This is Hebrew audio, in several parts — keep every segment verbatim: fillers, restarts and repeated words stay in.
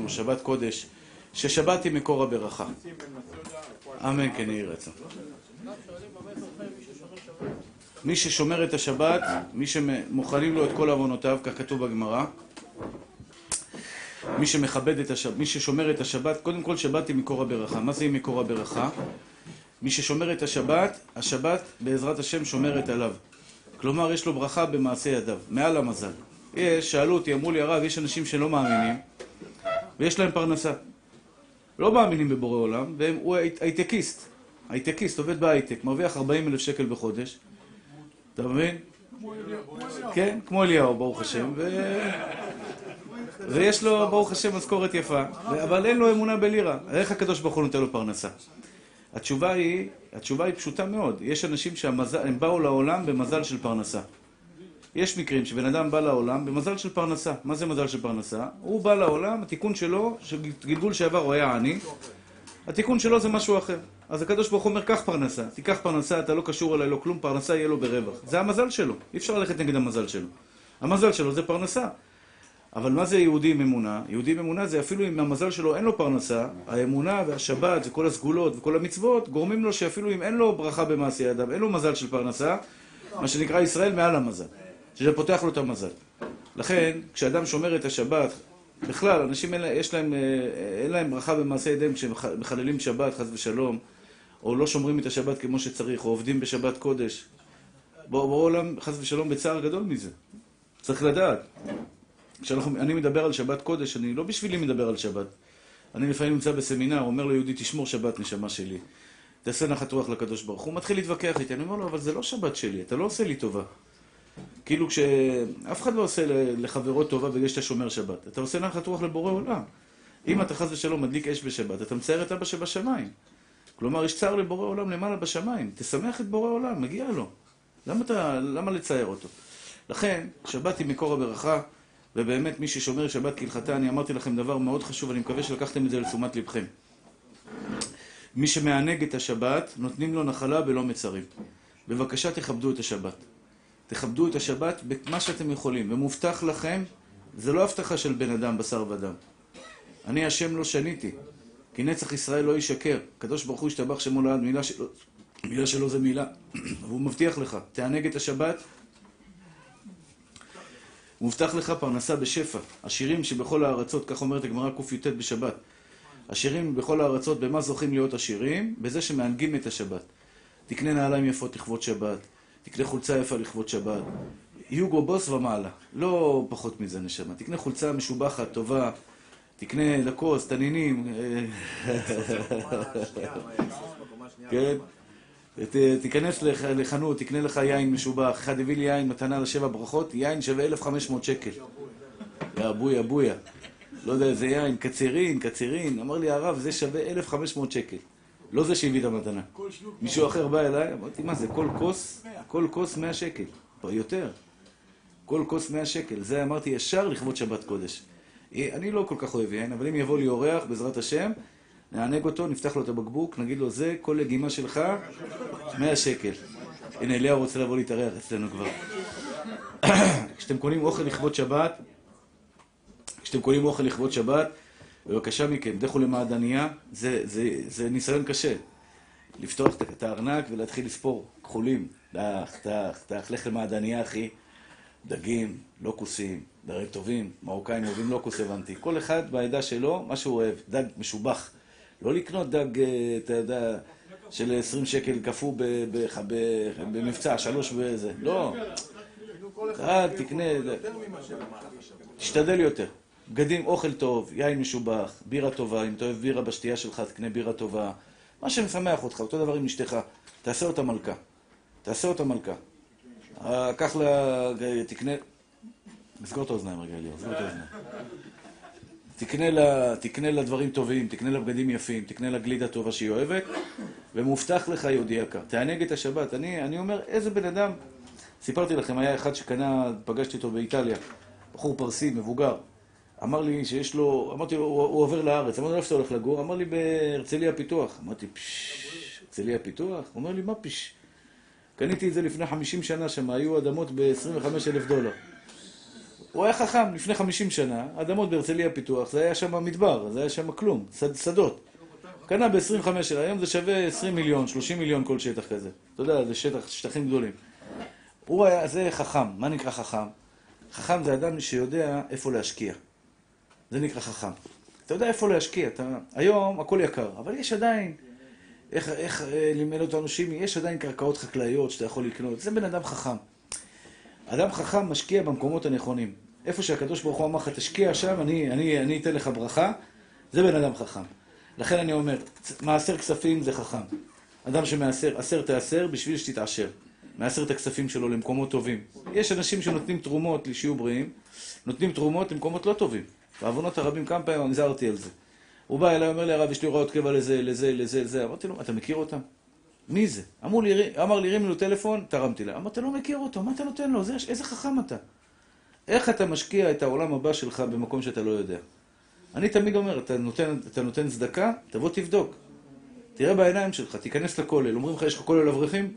עלינו, שבת קודש, ששבת היא מקור הברכה. אמן כן יהי רצון. מי ששומר את השבת, מי שמוכנים לו את כל עוונותיו, כך כתוב בגמרא, מי שמכבד את השבת, מי ששומר את השבת, קודם כל שבת היא מקור הברכה. מה זה היא מקור הברכה? מי ששומר את השבת, השבת בעזרת השם שומרת עליו. כלומר, יש לו ברכה במעשה ידיו, מעל המזל. יש, שאלו אותי, אמרו לי, הרב, יש אנשים שלא מאמינים, ויש להם פרנסה. לא מאמינים בבורא עולם, והוא הייטקיסט. הייטקיסט, עובד בהייטק, מרוויח ארבעים אלף שקל בחודש. אתה מבין? כן, כמו אליהו, ברוך השם. ויש לו, ברוך השם, משכורת יפה, אבל אין לו אמונה בלירה. איך הקדוש ברוך הוא נותן לו פרנסה? התשובה היא, התשובה היא פשוטה מאוד. יש אנשים שהם באו לעולם במזל של פרנסה. יש מקרים שבן אדם בא לעולם במזל של פרנסה. מה זה מזל של פרנסה? הוא בא לעולם, התיקון שלו, שגלגול שעבר הוא היה עני, התיקון שלו זה משהו אחר. אז הקדוש ברוך הוא אומר, קח פרנסה, תיקח פרנסה, אתה לא קשור אליי, לא כלום, פרנסה יהיה לו ברווח. זה המזל שלו, אי אפשר ללכת נגד המזל שלו. המזל שלו זה פרנסה. אבל מה זה יהודי עם אמונה? יהודי עם אמונה זה אפילו אם המזל שלו אין לו פרנסה, האמונה והשבת וכל הסגולות וכל המצוות גורמים לו שאפילו אם אין לו ברכה במעשה ידיו, אין לו מזל של פרנסה, מה שנקרא ישראל מעל המזל, שזה פותח לו את המזל. לכן, כשאדם שומר את השבת, בכלל, אנשים אין, יש להם, אין להם ברכה במעשה ידיהם כשמחללים שבת, חס ושלום, או לא שומרים את השבת כמו שצריך, או עובדים בשבת קודש. בעולם, חס ושלום, בצער גדול מזה. צריך לדעת. כשאני מדבר על שבת קודש, אני לא בשבילי מדבר על שבת. אני לפעמים נמצא בסמינר, אומר ליהודי, תשמור שבת נשמה שלי. תעשה נחת רוח לקדוש ברוך הוא. הוא מתחיל להתווכח איתי, אני אומר לו, אבל זה לא שבת שלי, אתה לא עושה לי טובה. כאילו כשאף אחד לא עושה לחברו טובה בגלל שאתה שומר שבת. אתה עושה נחת רוח לבורא עולם. אם אתה חס ושלום מדליק אש בשבת, אתה מצייר את אבא שבשמיים. כלומר, יש צער לבורא עולם למעלה בשמיים. תשמח את בורא עולם, מגיע לו. למה, אתה, למה לצייר אותו? לכן, שבת היא מקור הברכה, ובאמת מי ששומר שבת כהלכתה, אני אמרתי לכם דבר מאוד חשוב, אני מקווה שלקחתם את זה לתשומת לבכם. מי שמענג את השבת, נותנים לו נחלה ולא מצרים. בבקשה תכבדו את השבת. תכבדו את השבת במה שאתם יכולים, ומובטח לכם, זה לא הבטחה של בן אדם, בשר ודם. אני השם לא שניתי, כי נצח ישראל לא ישקר. קדוש ברוך הוא ישתבח שמו לעד, מילה שלו, מילה שלו זה מילה. והוא מבטיח לך, תענג את השבת, הוא מבטח לך פרנסה בשפע. עשירים שבכל הארצות, כך אומרת הגמרא ק"ט בשבת, עשירים בכל הארצות, במה זוכים להיות עשירים? בזה שמענגים את השבת. תקנה נעליים יפות לכבוד שבת, תקנה חולצה יפה לכבוד שבת. יוגו בוס ומעלה, לא פחות מזה נשמה. תקנה חולצה משובחת, טובה, תקנה לקוס, תנינים. כן? תיכנס לחנות, תקנה לך יין משובח. אחד הביא לי יין מתנה לשבע ברכות, יין שווה אלף וחמש מאות שקל. יא בויה, בויה. לא יודע איזה יין, קצירין, קצירין. אמר לי הרב, זה שווה אלף וחמש מאות שקל. לא זה שהביא את המתנה. מישהו אחר בא אליי, אמרתי, מה זה, כל כוס, כל כוס מאה שקל. יותר. כל כוס מאה שקל. זה אמרתי ישר לכבוד שבת קודש. אני לא כל כך אוהב יין, אבל אם יבוא לי אורח, בעזרת השם, נענג אותו, נפתח לו את הבקבוק, נגיד לו, זה כל לגימה שלך, מאה שקל. הנה, אליהו רוצה לבוא להתארח אצלנו כבר. כשאתם קונים אוכל לכבוד שבת, כשאתם קונים אוכל לכבוד שבת, בבקשה מכם, דחו למעדניה, זה, זה, זה ניסיון קשה. לפתוח את הארנק ולהתחיל לספור כחולים. דח, דח, דח, לך למעדניה, אחי. דגים, לוקוסים, דברים טובים, מרוקאים אוהבים לוקוס, הבנתי. כל אחד בעדה שלו, מה שהוא אוהב, דג משובח. לא לקנות דג, אתה יודע, של עשרים שקל כפו במבצע, שלוש וזה. לא. אחד, תקנה, תשתדל יותר. בגדים, אוכל טוב, יין משובח, בירה טובה, אם אתה אוהב בירה בשתייה שלך, תקנה בירה טובה. מה שמשמח אותך, אותו דבר עם אשתך. תעשה אותה מלכה. תעשה אותה מלכה. קח לה, תקנה... סגור את האוזניים רגע, אליהו, סגור את האוזניים. תקנה לה, תקנה לה דברים טובים, תקנה לה בגדים יפים, תקנה לה גלידה טובה שהיא אוהבת, ומובטח לך יהודי יקר. תענג את השבת. אני, אני אומר, איזה בן אדם... סיפרתי לכם, היה אחד שקנה, פגשתי אותו באיטליה, בחור פרסי, מבוגר. אמר לי שיש לו, אמרתי לו, הוא, הוא עובר לארץ, אמרתי לו, איפה אתה הולך לגור? אמר לי, בהרצליה פיתוח. אמרתי, פשש, הרצליה פיתוח? הוא אומר לי, מה פש? קניתי את זה לפני חמישים שנה, שם היו אדמות ב-עשרים וחמישה אלף דולר. הוא היה חכם לפני חמישים שנה, אדמות בהרצליה פיתוח, זה היה שם מדבר, זה היה שם כלום, שד, שדות. קנה ב-עשרים וחמש שלה, היום זה שווה עשרים מיליון, שלושים מיליון כל שטח כזה. אתה יודע, זה שטח, שטחים גדולים. הוא היה, זה חכם. מה נקרא חכם? חכם זה אדם שיודע איפה להשקיע. זה נקרא חכם. אתה יודע איפה להשקיע. אתה... היום הכל יקר, אבל יש עדיין, איך, איך אה, לימד אותנו שימי, יש עדיין קרקעות חקלאיות שאתה יכול לקנות. זה בן אדם חכם. אדם חכם משקיע במקומות הנכונים. איפה שהקדוש ברוך הוא אמר לך, תשקיע שם, אני, אני, אני אתן לך ברכה, זה בן אדם חכם. לכן אני אומר, מעשר כספים זה חכם. אדם שמעשר, עשר תעשר בשביל שתתעשר. מעשר את הכספים שלו למקומות טובים. יש אנשים שנותנים תרומות לשיעור בריאים, נותנים תרומות למקומות לא טובים. בעוונות הרבים כמה פעמים נזהרתי על זה. הוא בא אליי, אומר לי, הרב, יש לי הוראות קבע לזה, לזה, לזה, לזה. אמרתי לו, אתה מכיר אותם? מי זה? אמר לי, אמר לי, הרים לו טלפון, תרמתי לה. אמרתי, אתה לא מכיר אותו, מה אתה נותן לו? זה, איזה חכם אתה? איך אתה משקיע את העולם הבא שלך במקום שאתה לא יודע? אני תמיד אומר, אתה נותן, אתה נותן צדקה, תבוא תבדוק. תראה בעיניים שלך, תיכנס לכולל. אומרים לך, יש לך כולל אברכים?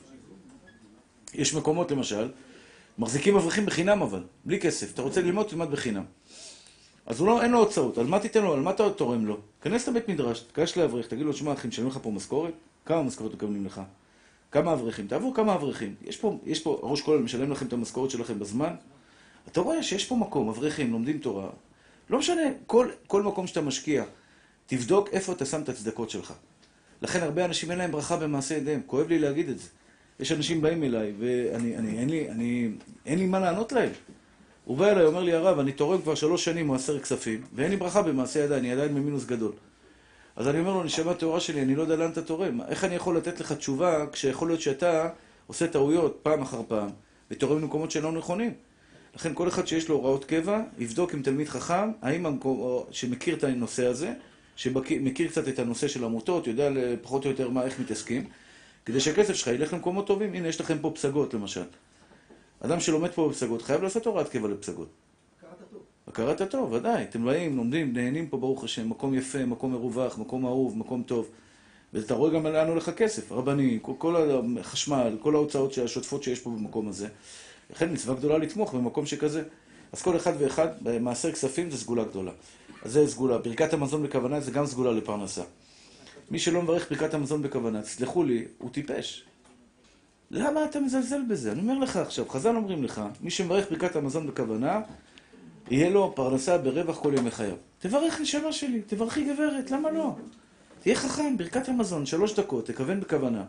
יש מקומות למשל, מחזיקים אברכים בחינם אבל, בלי כסף. אתה רוצה ללמוד, תלמד בחינם. אז הוא לא, אין לו הוצאות. על מה תיתן לו? על מה אתה תורם לו? כנס לבית מדרש, תקש לאברך, תגיד לו, שמע אחי, משלמים לך פה משכורת? כמה משכורת מקבלים לך? כמה אברכים? תעבור כמה אברכים. יש פה, יש פה, ראש כולל משלם לכם את המשכורת שלכם בזמן. אתה רואה שיש פה מקום, אברכים, לומדים תורה. לא משנה, כל, כל מקום שאתה משקיע, תבדוק איפה אתה שם את הצדקות שלך. לכן הרבה אנשים אין להם ברכה במעשה ידיהם. כואב לי להגיד את זה. יש אנשים באים אליי, ואני, אני, אין לי, אני, אין לי מה לענות להם. הוא בא אליי, אומר לי, הרב, אני תורם כבר שלוש שנים או עשר כספים, ואין לי ברכה במעשה ידיי, אני עדיין במינוס גדול. אז אני אומר לו, נשמה תורה שלי, אני לא יודע לאן אתה תורם. איך אני יכול לתת לך תשובה, כשיכול להיות שאתה עושה טעויות פעם אחר פעם, ותורם למקומות שלא נכונים. לכן כל אחד שיש לו הוראות קבע, יבדוק עם תלמיד חכם, האם המקום, שמכיר את הנושא הזה, שמכיר קצת את הנושא של עמותות, יודע פחות או יותר מה, איך מתעסקים, כדי שהכסף שלך ילך למקומות טובים. הנה, יש לכם פה פסגות, למשל. אדם שלומד פה בפסגות, חייב לעשות הוראת קבע לפסגות. הכרת הטוב. הכרת הטוב, ודאי. אתם באים, לומדים, נהנים פה, ברוך השם, מקום יפה, מקום מרווח, מקום אהוב, מקום טוב. ואתה רואה גם לאן הולך הכסף, רבני, כל, כל החשמל, כל ההוצאות השוטפות שיש פה במקום הזה. לכן מצווה גדולה לתמוך במקום שכזה. אז כל אחד ואחד, במעשר כספים זה סגולה גדולה. אז זה סגולה. ברכת המזון בכוונה זה גם סגולה לפרנסה. מי שלא מברך ברכת המזון בכוונה, תסלחו לי, הוא טיפש. למה אתה מזלזל בזה? אני אומר לך עכשיו, חז"ל אומרים לך, מי שמברך ברכת המזון בכוונה, יהיה לו פרנסה ברווח כל ימי חייו. תברך נשמה שלי, תברכי גברת, למה לא? תהיה חכם, ברכת המזון, שלוש דקות, תכוון בכוונה.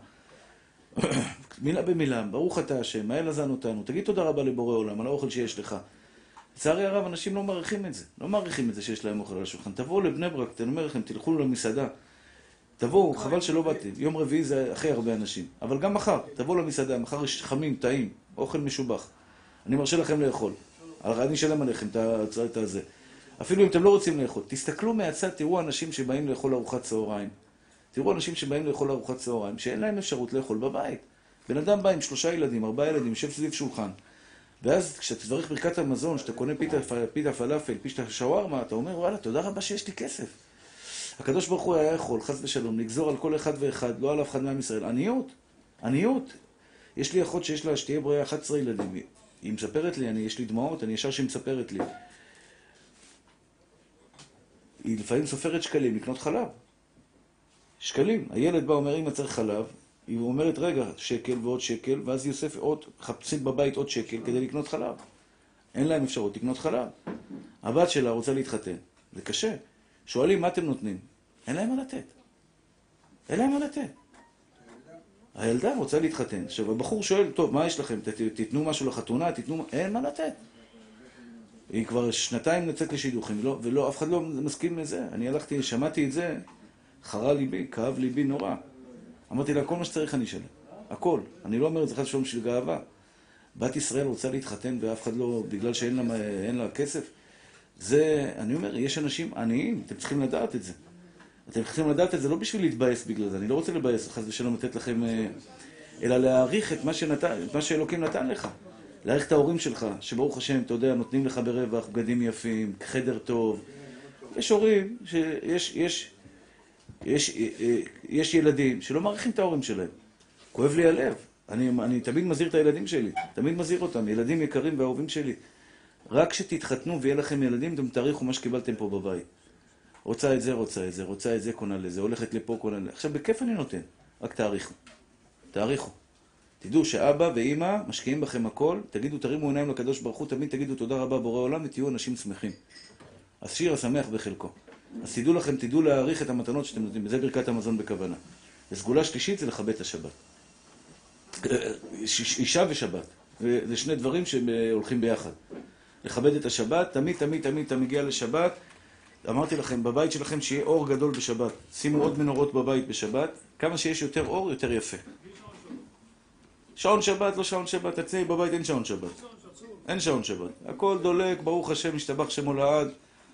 מילה במילה, ברוך אתה השם, האל עזן אותנו, תגיד תודה רבה לבורא עולם, על האוכל שיש לך. לצערי הרב, אנשים לא מעריכים את זה. לא מעריכים את זה שיש להם אוכל על השולחן. תבואו לבני ברק, אני אומר לכם, תלכו למסעדה. תבואו, חבל שלא באתי. יום רביעי זה הכי הרבה אנשים. אבל גם מחר, תבואו למסעדה, מחר יש חמים, טעים, אוכל משובח. אני מרשה לכם לאכול. אני אשלם עליכם את הזה. אפילו אם אתם לא רוצים לאכול, תסתכלו מהצד, תראו אנשים שבאים לאכול ארוחת צהריים. תראו אנשים שבאים לאכול ארוחת צהריים, שאין להם אפשרות לאכול בבית. בן אדם בא עם שלושה ילדים, ארבעה ילדים, יושב סביב שולחן. ואז כשאתה תברך ברכת המזון, שאתה קונה פיתה, פיתה פלאפל, פיתה שווארמה, אתה אומר, וואלה, תודה רבה שיש לי כסף. הקדוש ברוך הוא היה יכול, חס ושלום, לגזור על כל אחד ואחד, לא על אף אחד מעם ישראל. עניות, עניות. יש לי אחות שיש לה, שתהיה בריאה אחת עשרה ילדים. היא מספרת לי, אני, יש לי דמעות, אני ישר שהיא מספרת לי. היא לפעמים סופרת שקלים לקנות חלב. שקלים. הילד בא, אומר, אמא צריך חלב. היא אומרת, רגע, שקל ועוד שקל, ואז יוסף עוד, חפשים בבית עוד שקל כדי לקנות חלב. אין להם אפשרות לקנות חלב. הבת שלה רוצה להתחתן. זה קשה. שואלים, מה אתם נותנים? אין להם מה לתת. אין להם מה לתת. הילדה רוצה להתחתן. עכשיו, הבחור שואל, טוב, מה יש לכם? ת, תתנו משהו לחתונה, תתנו... אין מה לתת. היא כבר שנתיים נצאת לשידוכים, ולא, ולא, אף אחד לא מסכים לזה. אני הלכתי, שמעתי את זה, חרה ליבי, כאב ליבי נורא. אמרתי לה, כל מה שצריך אני אשלם. הכל. אני לא אומר את זה חד ושלום של גאווה. בת ישראל רוצה להתחתן ואף אחד לא, בגלל שאין לה, אין לה כסף. זה, אני אומר, יש אנשים עניים, אתם צריכים לדעת את זה. אתם צריכים לדעת את זה לא בשביל להתבאס בגלל זה. אני לא רוצה לבאס, חס ושלום לתת לכם, אלא להעריך את מה שנתן, את מה שאלוקים נתן לך. להעריך את ההורים שלך, שברוך השם, אתה יודע, נותנים לך ברווח, בגדים יפים, חדר טוב. יש הורים שיש, יש, יש, יש ילדים שלא מעריכים את ההורים שלהם. כואב לי הלב. אני, אני תמיד מזהיר את הילדים שלי, תמיד מזהיר אותם, ילדים יקרים ואהובים שלי. רק כשתתחתנו ויהיה לכם ילדים, אתם תאריכו מה שקיבלתם פה בבית. רוצה את זה, רוצה את זה, רוצה את זה, קונה לזה, הולכת לפה, קונה לזה. עכשיו, בכיף אני נותן, רק תאריכו. תאריכו. תדעו שאבא ואמא משקיעים בכם הכל, תגידו, תרימו עיניים לקדוש ברוך הוא, תמיד תגידו תודה רבה בורא עולם ותהיו אנשים שמחים. אז שיר השמח בחלקו. אז תדעו לכם, תדעו להעריך את המתנות שאתם נותנים, וזה ברכת המזון בכוונה. וסגולה שלישית זה לכבד את השבת. אישה ושבת. זה שני דברים שהולכים ביחד. לכבד את השבת, תמיד, תמיד, תמיד אתה מגיע לשבת. אמרתי לכם, בבית שלכם שיהיה אור גדול בשבת. שימו עוד מנורות בבית בשבת. כמה שיש יותר אור, יותר יפה. שעון שבת, לא שעון שבת. אצלי בבית אין שעון שבת. אין שעון שבת. הכל דולק, ברוך השם, משתבח שמו לעד.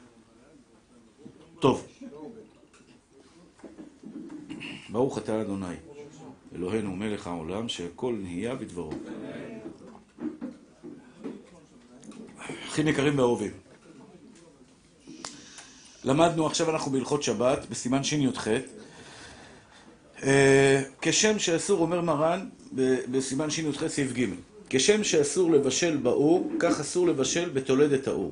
טוב. ברוך אתה אדוני, אלוהינו מלך העולם, שהכל נהיה בדברו. אחים יקרים ואהובים. למדנו, עכשיו אנחנו בהלכות שבת, בסימן שי"ח. כשם שאסור, אומר מרן, בסימן שי"ח סעיף ג', כשם שאסור לבשל באור, כך אסור לבשל בתולדת האור.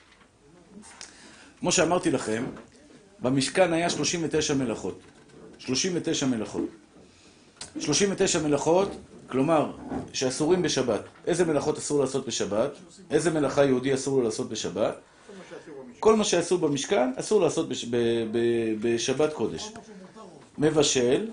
כמו שאמרתי לכם, במשכן היה שלושים ותשע מלאכות. שלושים ותשע מלאכות. שלושים ותשע מלאכות, כלומר, שאסורים בשבת. איזה מלאכות אסור לעשות בשבת? איזה מלאכה יהודי אסור לו לעשות בשבת? כל מה שאסור במשכן, אסור לעשות בש... ב... ב... בשבת קודש. מבשל,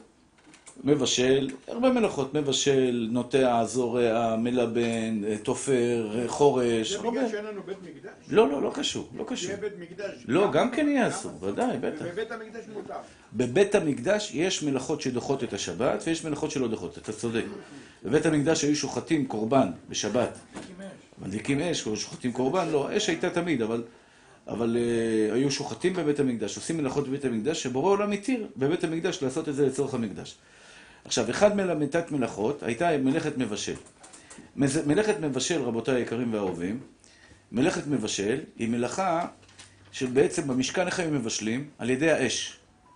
מבשל, הרבה מלאכות, מבשל, נוטע, זורע, מלבן, תופר, חורש. זה בגלל שאין לנו בית מקדש? לא, לא, לא קשור, לא קשור. יהיה בית מקדש. לא, גם כן יהיה אסור, ודאי, בטח. בבית המקדש מותר. בבית המקדש יש מלאכות שדוחות את השבת, ויש מלאכות שלא דוחות, אתה צודק. בבית המקדש היו שוחטים קורבן בשבת. מדליקים אש, שוחטים קורבן, לא, אש הייתה תמיד, אבל... אבל uh, היו שוחטים בבית המקדש, עושים מלאכות בבית המקדש, שבורא עולם התיר בבית המקדש לעשות את זה לצורך המקדש. עכשיו, אחד מלאכת מלאכות הייתה מלאכת מבשל. מלאכת מבשל, רבותיי היקרים והאהובים, מלאכת מבשל היא מלאכה שבעצם במשכן איך היו מבשלים? על ידי האש.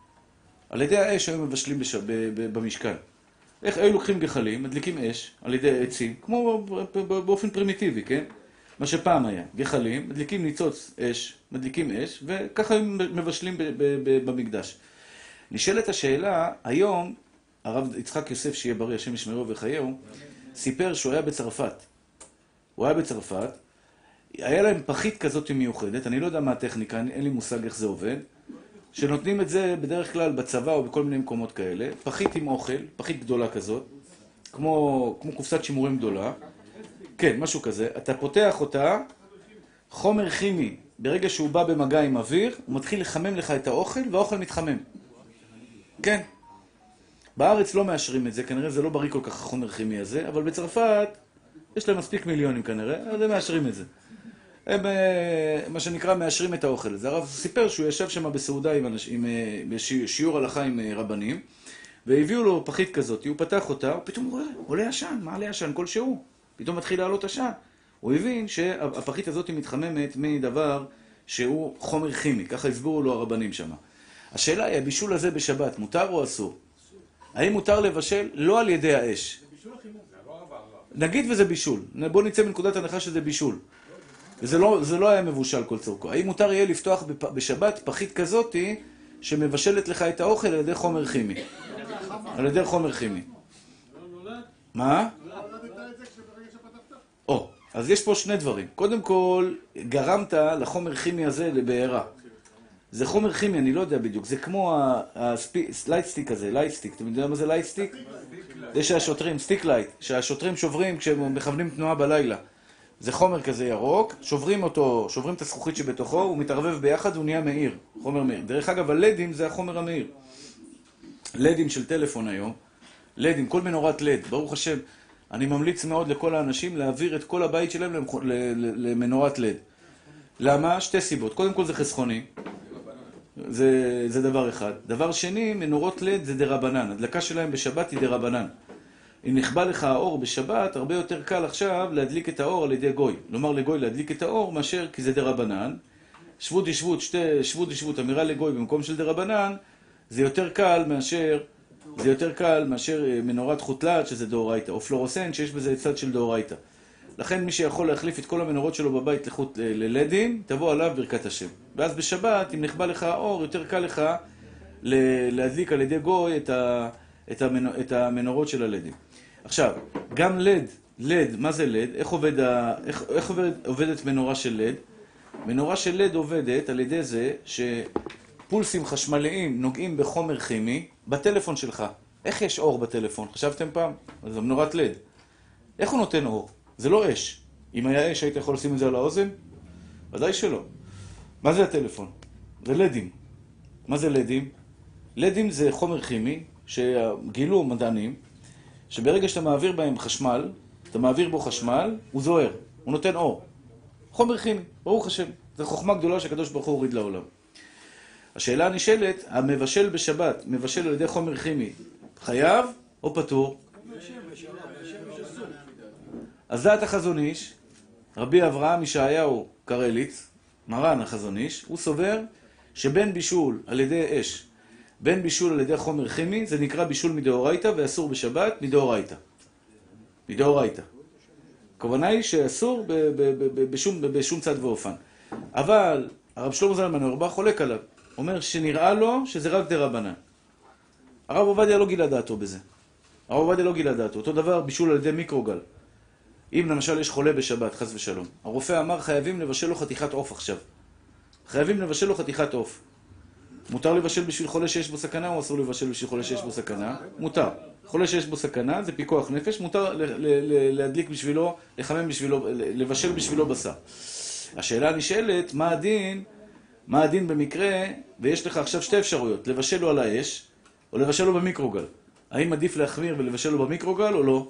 על ידי האש היו מבשלים בש... ב... ב... במשכן. איך היו לוקחים גחלים, מדליקים אש על ידי עצים, כמו באופן פרימיטיבי, כן? מה שפעם היה, גחלים, מדליקים ניצוץ אש, מדליקים אש, וככה הם מבשלים ב- ב- ב- במקדש. נשאלת השאלה, היום, הרב יצחק יוסף, שיהיה בריא, השם ישמרו וחייהו, סיפר שהוא היה בצרפת. הוא היה בצרפת, היה להם פחית כזאת מיוחדת, אני לא יודע מה הטכניקה, אין לי מושג איך זה עובד, שנותנים את זה בדרך כלל בצבא או בכל מיני מקומות כאלה, פחית עם אוכל, פחית גדולה כזאת, כמו, כמו קופסת שימורים גדולה, כן, משהו כזה. אתה פותח אותה, חומר כימי, ברגע שהוא בא במגע עם אוויר, הוא מתחיל לחמם לך את האוכל, והאוכל מתחמם. כן. בארץ לא מאשרים את זה, כנראה זה לא בריא כל כך החומר כימי הזה, אבל בצרפת יש להם מספיק מיליונים כנראה, אז הם מאשרים את זה. הם, מה שנקרא, מאשרים את האוכל הזה. הרב סיפר שהוא ישב שם בסעודה עם, עם, בשיעור הלכה עם רבנים, והביאו לו פחית כזאת, הוא פתח אותה, הוא פתאום רואה, עולה עשן, מה עולה עשן? כלשהו. פתאום מתחיל לעלות עשן. הוא הבין שהפחית הזאת מתחממת מדבר שהוא חומר כימי, ככה הסבירו לו הרבנים שם. השאלה היא, הבישול הזה בשבת, מותר או אסור? האם מותר לבשל? לא על ידי האש. נגיד וזה בישול. בוא נצא מנקודת הנחה שזה בישול. וזה לא, זה לא היה מבושל כל צורכו. האם מותר יהיה לפתוח בשבת פחית כזאת שמבשלת לך את האוכל על ידי חומר כימי? על ידי חומר כימי. מה? או, אז יש פה שני דברים. קודם כל, גרמת לחומר כימי הזה לבעירה. זה חומר כימי, אני לא יודע בדיוק. זה כמו הלייטסטיק הזה, לייטסטיק. אתם יודעים מה זה לייטסטיק? זה שהשוטרים, סטיק לייט, שהשוטרים שוברים כשהם מכוונים תנועה בלילה. זה חומר כזה ירוק, שוברים אותו, שוברים את הזכוכית שבתוכו, הוא מתערבב ביחד, הוא נהיה מאיר, חומר מאיר. דרך אגב, הלדים זה החומר המאיר. לדים של טלפון היום, לדים, כל מנורת לד, ברוך השם, אני ממליץ מאוד לכל האנשים להעביר את כל הבית שלהם למנורת לד. למה? שתי סיבות. קודם כל זה חסכוני. זה, זה דבר אחד. דבר שני, מנורות לד זה דרבנן. הדלקה שלהם בשבת היא דרבנן. אם נכבה לך האור בשבת, הרבה יותר קל עכשיו להדליק את האור על ידי גוי. לומר לגוי להדליק את האור מאשר כי זה דרבנן. שבות ישבות, שתי שבות ישבות, אמירה לגוי במקום של דרבנן, זה יותר קל מאשר, זה יותר קל מאשר מנורת חוטלת שזה דאורייתא, או פלורוסנט שיש בזה צד של דאורייתא. לכן מי שיכול להחליף את כל המנורות שלו בבית לחוט ללדים, תבוא עליו ברכת השם. ואז בשבת, אם נכבה לך האור, יותר קל לך להדליק על ידי גוי את, ה, את, המנור, את המנורות של הלדים. עכשיו, גם לד, לד, מה זה לד? איך, עובד ה, איך, איך עובד, עובדת מנורה של לד? מנורה של לד עובדת על ידי זה שפולסים חשמליים נוגעים בחומר כימי בטלפון שלך. איך יש אור בטלפון? חשבתם פעם? זו מנורת לד. איך הוא נותן אור? זה לא אש. אם היה אש, היית יכול לשים את זה על האוזן? ודאי שלא. מה זה הטלפון? זה לדים. מה זה לדים? לדים זה חומר כימי שגילו מדענים, שברגע שאתה מעביר בהם חשמל, אתה מעביר בו חשמל, הוא זוהר, הוא נותן אור. חומר כימי, ברוך השם. זו חוכמה גדולה שהקדוש ברוך הוא הוריד לעולם. השאלה הנשאלת, המבשל בשבת, מבשל על ידי חומר כימי, חייב או פטור? אז דעת החזון איש, רבי אברהם ישעיהו קרליץ, מרן החזון איש, הוא סובר שבין בישול על ידי אש, בין בישול על ידי חומר כימי, זה נקרא בישול מדאורייתא ואסור בשבת מדאורייתא. מדאורייתא. הכוונה היא שאסור ב- ב- ב- ב- בשום, ב- בשום צד ואופן. אבל הרב שלמה זלמן אוירבך חולק עליו. אומר שנראה לו שזה רק דרבנן. הרב עובדיה לא גילה דעתו בזה. הרב עובדיה לא גילה דעתו. אותו דבר בישול על ידי מיקרוגל. אם למשל יש חולה בשבת, חס ושלום. הרופא אמר חייבים לבשל לו חתיכת עוף עכשיו. חייבים לבשל לו חתיכת עוף. מותר לבשל בשביל חולה שיש בו סכנה או אסור לבשל בשביל חולה שיש בו סכנה? מותר. חולה שיש בו סכנה זה פיקוח נפש, מותר ל- ל- ל- להדליק בשבילו, לחמם בשבילו, לבשל בשבילו בשר. השאלה הנשאלת, מה הדין, מה הדין במקרה, ויש לך עכשיו שתי אפשרויות, לבשל לו על האש או לבשל לו במיקרוגל. האם עדיף להחמיר ולבשל לו במיקרוגל או לא?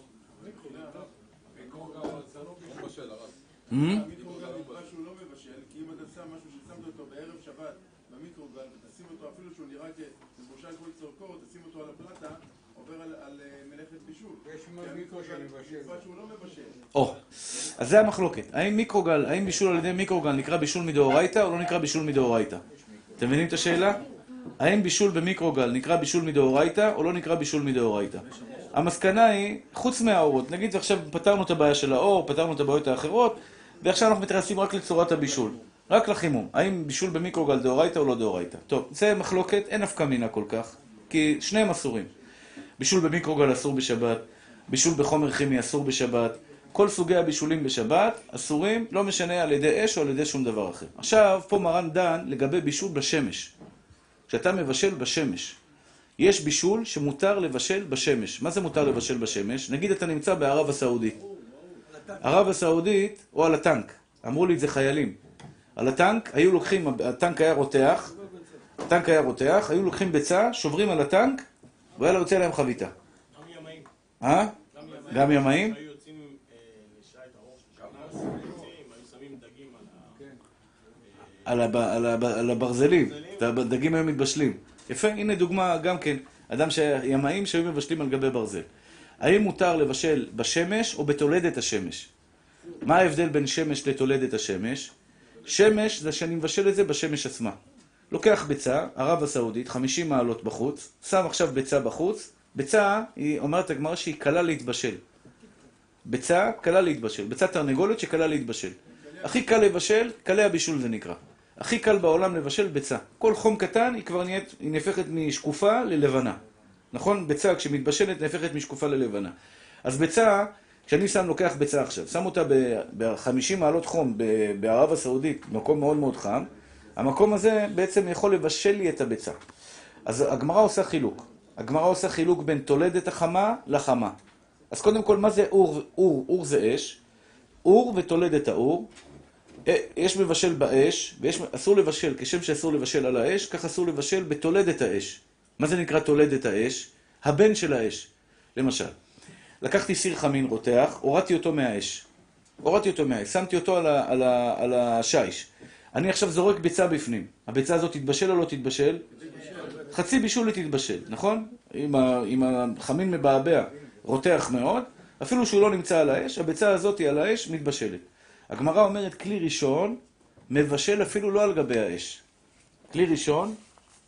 שהוא לא מבשל, כי אם אתה שם משהו ששמת אותו בערב שבת במיקרוגל ותשים אותו אפילו שהוא נראה כמבושל כמו צורכות, תשים אותו על הפלטה, עובר על, על מלאכת בישול. יש מיקרוגל שהוא לא מבשל. או, אז זה המחלוקת. האם מיקרוגל, האם בישול על ידי מיקרוגל נקרא בישול מדאורייתא או לא נקרא בישול מדאורייתא? אתם מבינים את השאלה? האם בישול במיקרוגל נקרא בישול מדאורייתא או לא נקרא בישול מדאורייתא? המסקנה היא, חוץ מהאורות, נגיד עכשיו פתרנו את הבעיה של האור, פתרנו את הבעיות האחרות, ועכשיו אנחנו מתייחסים רק לצורת הבישול, רק לחימום. האם בישול במיקרוגל דאורייתא או לא דאורייתא? טוב, זה מחלוקת, אין נפקא מינה כל כך, כי שניהם אסורים. בישול במיקרוגל אסור בשבת, בישול בחומר כימי אסור בשבת, כל סוגי הבישולים בשבת אסורים, לא משנה על ידי אש או על ידי שום דבר אחר. עכשיו, פה מרן דן לגבי בישול בשמש. כשאתה מבשל בשמש, יש בישול שמותר לבשל בשמש. מה זה מותר לבשל בשמש? נגיד אתה נמצא בערב הסעודית. ערב הסעודית, או על הטנק. אמרו לי את זה חיילים. על הטנק, היו לוקחים, הטנק היה רותח, הטנק היה רותח, היו לוקחים ביצה, שוברים על הטנק, והיה לה יוצא להם חביתה. גם ימאים. אה? גם ימאים? היו יוצאים לשעה את האור של שנה, היו שמים דגים על ה... על, הב, על, הב, על הברזלים. הדגים היו מתבשלים. יפה, הנה דוגמה גם כן. אדם שימאים שהיו מבשלים על גבי ברזל. האם מותר לבשל בשמש או בתולדת השמש? מה ההבדל בין שמש לתולדת השמש? שמש זה שאני מבשל את זה בשמש עצמה. לוקח ביצה, ערב הסעודית, חמישים מעלות בחוץ, שם עכשיו ביצה בחוץ. ביצה, היא אומרת הגמרא שהיא קלה להתבשל. ביצה קלה להתבשל. ביצה תרנגולת שקלה להתבשל. הכי קל לבשל, קלה הבישול זה נקרא. הכי קל בעולם לבשל ביצה. כל חום קטן היא כבר נהיית, היא נהפכת משקופה ללבנה. נכון? ביצה כשמתבשלת נהפכת משקופה ללבנה. אז ביצה, כשאני שם לוקח ביצה עכשיו, שם אותה ב-חמישים מעלות חום בערב הסעודית, מקום מאוד מאוד חם, המקום הזה בעצם יכול לבשל לי את הביצה. אז הגמרא עושה חילוק. הגמרא עושה חילוק בין תולדת החמה לחמה. אז קודם כל, מה זה אור? אור, אור זה אש. אור ותולדת האור. יש מבשל באש, ואסור לבשל, כשם שאסור לבשל על האש, כך אסור לבשל בתולדת האש. מה זה נקרא תולדת האש? הבן של האש. למשל, לקחתי סיר חמין רותח, הורדתי אותו מהאש. הורדתי אותו מהאש, שמתי אותו על, ה, על, ה, על השיש. אני עכשיו זורק ביצה בפנים. הביצה הזאת תתבשל או לא תתבשל? חצי בישול היא תתבשל, נכון? אם, ה, אם החמין מבעבע רותח מאוד, אפילו שהוא לא נמצא על האש, הביצה הזאת על האש מתבשלת. הגמרא אומרת, כלי ראשון מבשל אפילו לא על גבי האש. כלי ראשון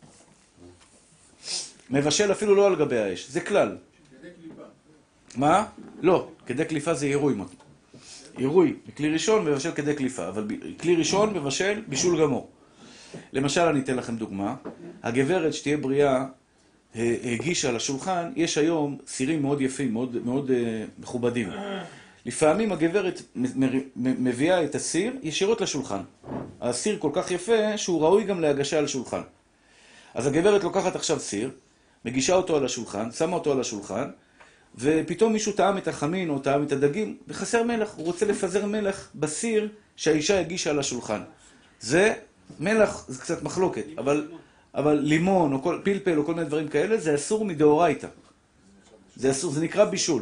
מבשל אפילו לא על גבי האש. זה כלל. כדי קליפה. מה? לא. כדי קליפה זה עירוי. עירוי, כלי ראשון מבשל כדי קליפה, אבל כלי ראשון מבשל בישול גמור. למשל, אני אתן לכם דוגמה, הגברת שתהיה בריאה הגישה לשולחן, יש היום סירים מאוד יפים, מאוד, מאוד uh, מכובדים. לפעמים הגברת מביאה את הסיר ישירות לשולחן. הסיר כל כך יפה שהוא ראוי גם להגשה על שולחן. אז הגברת לוקחת עכשיו סיר, מגישה אותו על השולחן, שמה אותו על השולחן, ופתאום מישהו טעם את החמין או טעם את הדגים, וחסר מלח, הוא רוצה לפזר מלח בסיר שהאישה הגישה על השולחן. זה מלח, זה קצת מחלוקת, אבל, אבל לימון או כל, פלפל או כל מיני דברים כאלה, זה אסור מדאורייתא. זה אסור, זה נקרא בישול.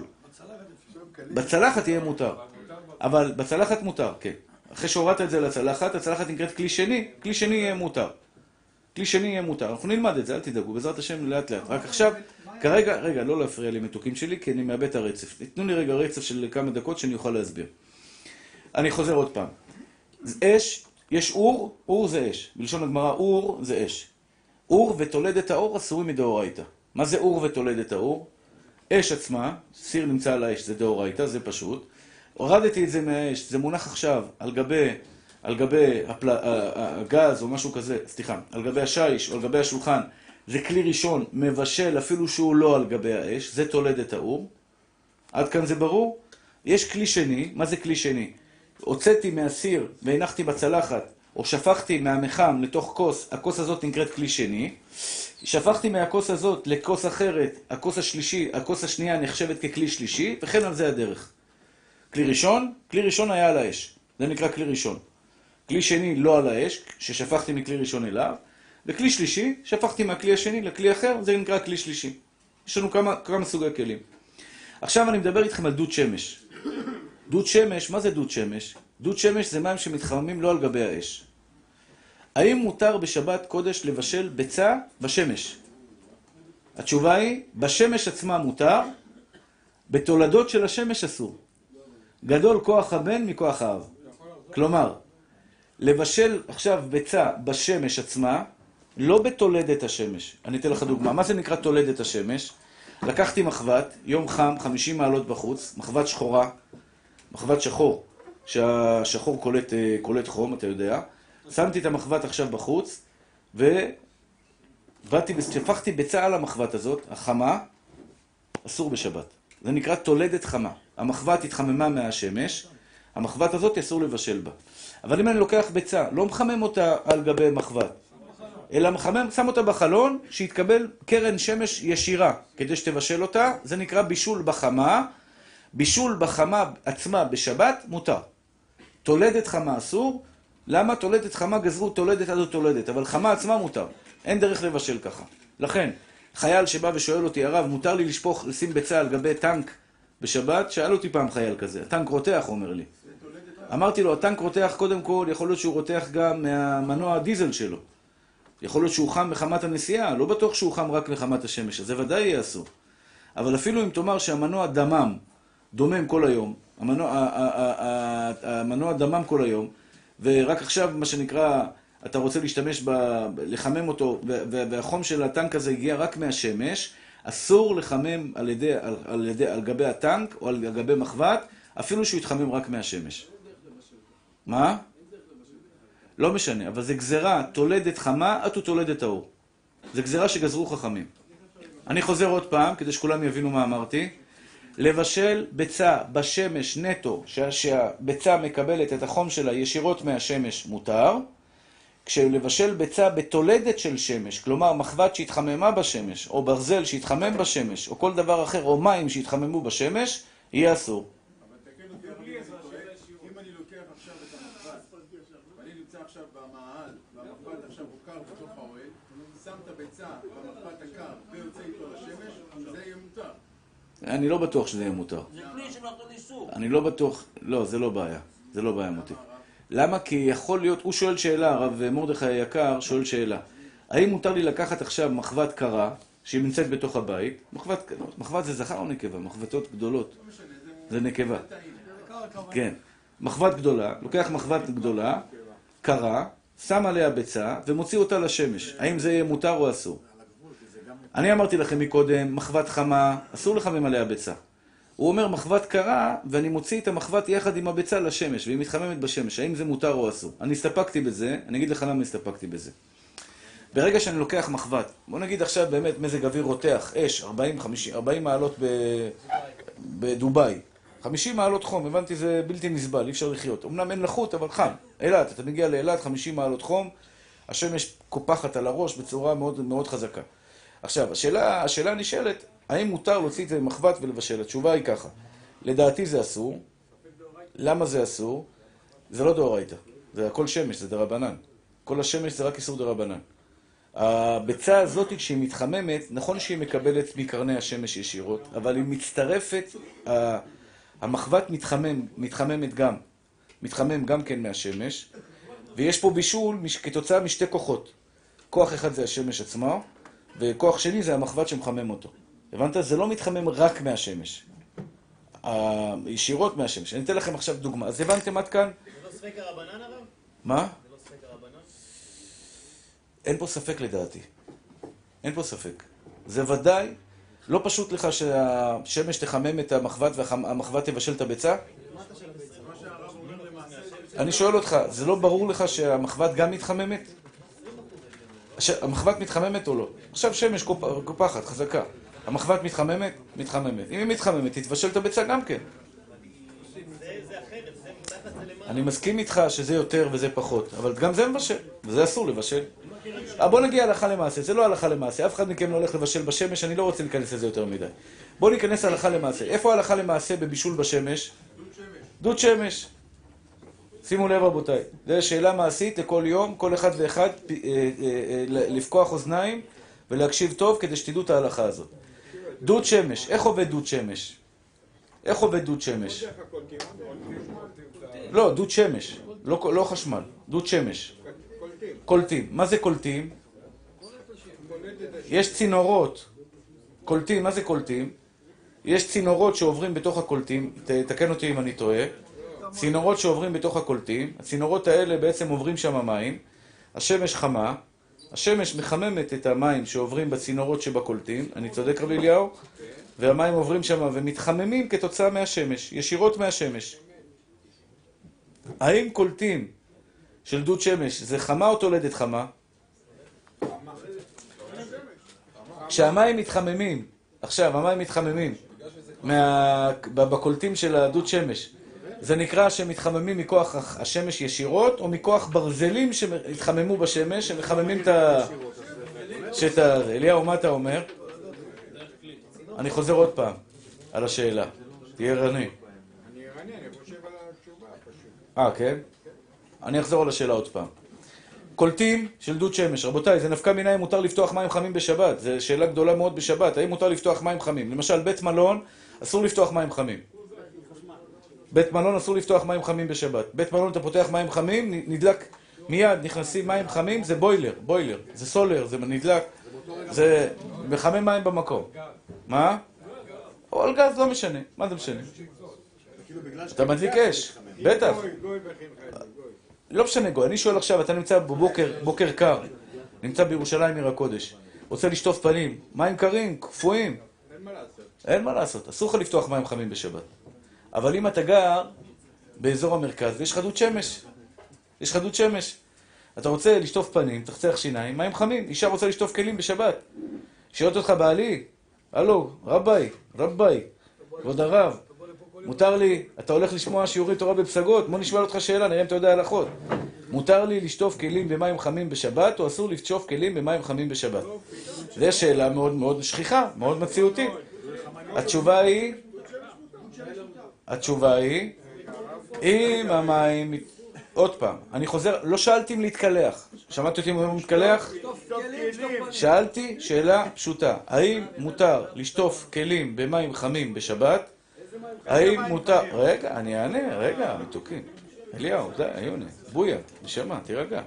בצלחת יהיה מותר. אבל בצלחת מותר, כן. אחרי שהורדת את זה לצלחת, הצלחת נקראת כלי שני, כלי שני יהיה מותר. כלי שני יהיה מותר. אנחנו נלמד את זה, אל תדאגו, בעזרת השם לאט לאט. רק עכשיו, כרגע, רגע, לא להפריע לי מתוקים שלי, כי אני מאבד את הרצף. תנו לי רגע רצף של כמה דקות שאני אוכל להסביר. אני חוזר עוד פעם. אש, יש אור, אור זה אש. בלשון הגמרא, אור זה אש. אור ותולדת האור אסורים מדאורייתא. מה זה אור ותולדת האור? אש עצמה, סיר נמצא על האש, זה דאורייתא, זה פשוט. הורדתי את זה מהאש, זה מונח עכשיו על גבי, על גבי הפל... הגז או משהו כזה, סליחה, על גבי השיש או על גבי השולחן. זה כלי ראשון, מבשל אפילו שהוא לא על גבי האש, זה תולדת האור. עד כאן זה ברור? יש כלי שני, מה זה כלי שני? הוצאתי מהסיר והנחתי בצלחת, או שפכתי מהמחם לתוך כוס, הכוס הזאת נקראת כלי שני. שפכתי מהכוס הזאת לכוס אחרת, הכוס השלישי, הכוס השנייה נחשבת ככלי שלישי, וכן על זה הדרך. כלי ראשון, כלי ראשון היה על האש, זה נקרא כלי ראשון. כלי שני לא על האש, ששפכתי מכלי ראשון אליו, וכלי שלישי, שפכתי מהכלי השני לכלי אחר, זה נקרא כלי שלישי. יש לנו כמה, כמה סוגי כלים. עכשיו אני מדבר איתכם על דוד שמש. דוד שמש, מה זה דוד שמש? דוד שמש זה מים שמתחממים לא על גבי האש. האם מותר בשבת קודש לבשל ביצה בשמש? התשובה היא, בשמש עצמה מותר, בתולדות של השמש אסור. גדול כוח הבן מכוח האב. כלומר, לבשל עכשיו ביצה בשמש עצמה, לא בתולדת השמש. אני אתן לך דוגמה. מה זה נקרא תולדת השמש? לקחתי מחבת, יום חם, חמישים מעלות בחוץ, מחבת שחורה, מחבת שחור, שהשחור קולט, קולט חום, אתה יודע. שמתי את המחבת עכשיו בחוץ, ובאתי ושפכתי ביצה על המחבת הזאת, החמה, אסור בשבת. זה נקרא תולדת חמה. המחבת התחממה מהשמש, המחבת הזאת אסור לבשל בה. אבל אם אני לוקח ביצה, לא מחמם אותה על גבי מחבת, אלא מחמם, שם אותה בחלון, שיתקבל קרן שמש ישירה, כדי שתבשל אותה, זה נקרא בישול בחמה. בישול בחמה עצמה בשבת מותר. תולדת חמה אסור. למה? תולדת חמה גזרו תולדת עד תולדת, אבל חמה עצמה מותר. אין דרך לבשל ככה. לכן, חייל שבא ושואל אותי, הרב, מותר לי לשפוך, לשים ביצה על גבי טנק בשבת? שאל אותי פעם חייל כזה. הטנק רותח, אומר לי. אמרתי לו, הטנק רותח קודם כל, יכול להיות שהוא רותח גם מהמנוע הדיזל שלו. יכול להיות שהוא חם מחמת הנסיעה, לא בטוח שהוא חם רק מחמת השמש, אז זה ודאי יהיה אסור. אבל אפילו אם תאמר שהמנוע דמם, דומם כל היום, המנוע, המנוע דמם כל היום, ורק עכשיו, מה שנקרא, אתה רוצה להשתמש ב... לחמם אותו, והחום של הטנק הזה הגיע רק מהשמש, אסור לחמם על ידי, על, על, ידי, על גבי הטנק או על גבי מחבת, אפילו שהוא יתחמם רק מהשמש. מה? לא משנה, אבל זה גזרה, תולדת חמה, עד תולדת האור. זה גזרה שגזרו חכמים. אני חוזר עוד פעם, כדי שכולם יבינו מה אמרתי. לבשל ביצה בשמש נטו, שהביצה מקבלת את החום שלה ישירות מהשמש מותר. כשלבשל ביצה בתולדת של שמש, כלומר מחבת שהתחממה בשמש, או ברזל שהתחמם בשמש, או כל דבר אחר, או מים שהתחממו בשמש, יהיה אסור. אבל תקן אותי, אם אני לוקח עכשיו את המחבת, ואני נמצא עכשיו במעל, והמחבת עכשיו הוא קר בתוך האוהל, שם את הביצה במחבת הקר ויוצא איתו לשמש, זה יהיה מותר. אני לא בטוח שזה יהיה מותר. זה כלי שנותן איסור. אני לא בטוח, לא, זה לא בעיה. זה לא בעיה מותי. למה? כי יכול להיות, הוא שואל שאלה, הרב מרדכי היקר שואל שאלה. האם מותר לי לקחת עכשיו מחבת קרה, שהיא נמצאת בתוך הבית? מחבת, מחבת זה זכר או נקבה? מחבתות גדולות. זה נקבה. כן. מחבת גדולה, לוקח מחבת גדולה, קרה, שם עליה ביצה ומוציא אותה לשמש. האם זה יהיה מותר או אסור? אני אמרתי לכם מקודם, מחבת חמה, אסור לחמם עליה ביצה. הוא אומר מחבת קרה, ואני מוציא את המחבת יחד עם הביצה לשמש, והיא מתחממת בשמש. האם זה מותר או אסור? אני הסתפקתי בזה, אני אגיד לך למה הסתפקתי בזה. ברגע שאני לוקח מחבת, בוא נגיד עכשיו באמת מזג אוויר רותח, אש, ארבעים, חמישים, ארבעים מעלות ב... בדוביי. חמישים מעלות חום, הבנתי, זה בלתי נסבל, אי אפשר לחיות. אמנם אין לחות, אבל חם. אילת, אתה מגיע לאילת, חמישים מעלות חום, השמש קופחת על הראש בצורה מאוד, מאוד חזקה. עכשיו, השאלה, השאלה נשאלת, האם מותר להוציא את זה במחבת ולבשל? התשובה היא ככה. לדעתי זה אסור. למה זה אסור? זה לא דאורייתא. זה הכל שמש, זה דרבנן. כל השמש זה רק איסור דרבנן. הביצה הזאת כשהיא מתחממת, נכון שהיא מקבלת מקרני השמש ישירות, אבל היא מצטרפת, המחבת מתחמם, מתחממת גם, מתחמם גם כן מהשמש, ויש פה בישול כתוצאה משתי כוחות. כוח אחד זה השמש עצמה, וכוח שני זה המחבת שמחמם אותו. הבנת? זה לא מתחמם רק מהשמש. ישירות מהשמש. אני אתן לכם עכשיו דוגמה. אז הבנתם עד כאן? זה לא ספק הרבנן הרב? מה? זה לא ספק הרבנן? אין פה ספק לדעתי. אין פה ספק. זה ודאי לא פשוט לך שהשמש תחמם את המחבת והמחבת תבשל את הביצה? אני שואל אותך, זה לא ברור לך שהמחבת גם מתחממת? המחבת מתחממת או לא? עכשיו שמש קופחת, חזקה. המחבת מתחממת? מתחממת. אם היא מתחממת, תתבשל את הביצה גם כן. אני מסכים איתך שזה יותר וזה פחות, אבל גם זה מבשל, וזה אסור לבשל. בוא נגיע הלכה למעשה, זה לא הלכה למעשה, אף אחד מכם לא הולך לבשל בשמש, אני לא רוצה להיכנס לזה יותר מדי. בוא ניכנס הלכה למעשה. איפה הלכה למעשה בבישול בשמש? דוד שמש. שימו לב רבותיי, זו שאלה מעשית לכל יום, כל אחד ואחד לפקוח אוזניים ולהקשיב טוב כדי שתדעו את ההלכה הזאת. דוד שמש, איך עובד דוד שמש? איך עובד דוד שמש? לא, דוד שמש, לא, לא חשמל, דוד שמש. קולטים. מה זה קולטים? יש צינורות. קולטים, מה זה קולטים? יש צינורות שעוברים בתוך הקולטים, תקן אותי אם אני טועה. צינורות שעוברים בתוך הקולטים, הצינורות האלה בעצם עוברים שם מים, השמש חמה, השמש מחממת את המים שעוברים בצינורות שבקולטים, אני צודק רבי אליהו? והמים עוברים שם ומתחממים כתוצאה מהשמש, ישירות מהשמש. האם קולטים של דוד שמש זה חמה או תולדת חמה? כשהמים מתחממים, עכשיו המים מתחממים מה... בקולטים של הדוד שמש, זה נקרא שמתחממים מכוח השמש ישירות, או מכוח ברזלים שמתחממו בשמש, שמחממים את ה... שאת ה... אליהו, מה אתה אומר? אני חוזר עוד פעם על השאלה. תהיה רני. אני רני, אני חושב על התשובה פשוט. אה, כן? אני אחזור על השאלה עוד פעם. קולטים של דוד שמש. רבותיי, זה נפקא מינה אם מותר לפתוח מים חמים בשבת. זו שאלה גדולה מאוד בשבת. האם מותר לפתוח מים חמים? למשל, בית מלון, אסור לפתוח מים חמים. בית מלון אסור לפתוח מים חמים בשבת. בית מלון אתה פותח מים חמים, נדלק מיד, נכנסים מים חמים, זה בוילר, בוילר. זה סולר, זה נדלק. זה מחמם מים במקום. מה? או על גז, לא משנה. מה זה משנה? אתה מדליק אש. בטח. לא משנה גוי. אני שואל עכשיו, אתה נמצא בבוקר, בוקר קר, נמצא בירושלים עיר הקודש. רוצה לשטוף פנים. מים קרים, קפואים. אין מה לעשות. אין מה לעשות. אסור לך לפתוח מים חמים בשבת. אבל אם אתה גר באזור המרכז ויש לך דוד שמש, יש לך דוד שמש, אתה רוצה לשטוף פנים, תחצח שיניים, מים חמים, אישה רוצה לשטוף כלים בשבת. שואלת אותך בעלי, הלו, רביי, רביי, כבוד הרב, מותר לי, אתה הולך לשמוע שיעורי תורה בפסגות, בוא נשאל אותך שאלה, נראה אם אתה יודע הלכות. מותר לי לשטוף כלים במים חמים בשבת, או אסור לשטוף כלים במים חמים בשבת? זו שאלה מאוד מאוד שכיחה, מאוד מציאותית. התשובה היא, התשובה היא, אם המים... עוד פעם, אני חוזר, לא שאלתי אם להתקלח. שמעתי אותי אם הוא מתקלח? שאלתי שאלה פשוטה. האם מותר לשטוף כלים במים חמים בשבת? האם מותר... רגע, אני אענה, רגע, מתוקים. אליהו, די, יונה, בויה, נשמה, תירגע.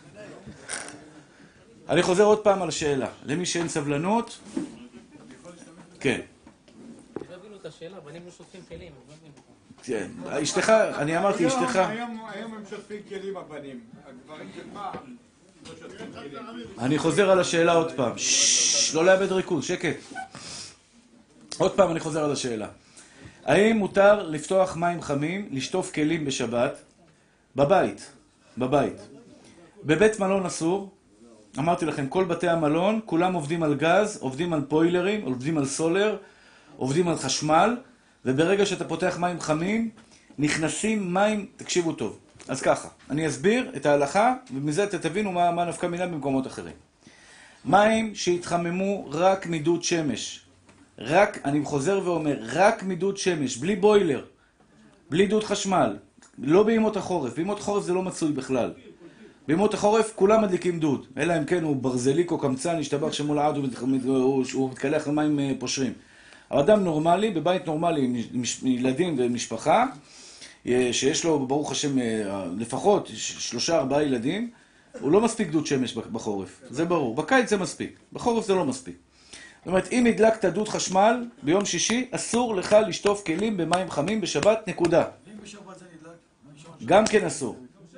אני חוזר עוד פעם על השאלה. למי שאין סבלנות? כן. לא הבינו את השאלה, בנים לא שוטפים כלים. כן, אשתך, אני אמרתי אשתך. היום הם שוטפים כלים הבנים. הגברים של פעם לא שוטפים כלים. אני חוזר על השאלה עוד פעם. ששש, לא לאבד ריכוז, שקט. עוד פעם אני חוזר על השאלה. האם מותר לפתוח מים חמים, לשטוף כלים בשבת? בבית, בבית. בבית מלון אסור. אמרתי לכם, כל בתי המלון, כולם עובדים על גז, עובדים על פוילרים, עובדים על סולר, עובדים על חשמל, וברגע שאתה פותח מים חמים, נכנסים מים, תקשיבו טוב. אז ככה, אני אסביר את ההלכה, ומזה אתם תבינו מה, מה נפקא מינה במקומות אחרים. מים שהתחממו רק מדוד שמש. רק, אני חוזר ואומר, רק מדוד שמש, בלי בוילר, בלי דוד חשמל, לא בימות החורף. בימות החורף זה לא מצוי בכלל. בימות החורף כולם מדליקים דוד, אלא אם כן הוא ברזליק או קמצן, השתבח שמול העד, הוא, הוא מתקלח למים פושרים. אבל אדם נורמלי, בבית נורמלי, עם ילדים ומשפחה, שיש לו, ברוך השם, לפחות שלושה, ארבעה ילדים, הוא לא מספיק דוד שמש בחורף. זה ברור. בקיץ זה מספיק. בחורף זה לא מספיק. זאת אומרת, אם הדלקת דוד חשמל ביום שישי, אסור לך לשטוף כלים במים חמים בשבת, נקודה. אם בשבת זה נדלק? גם כן אסור.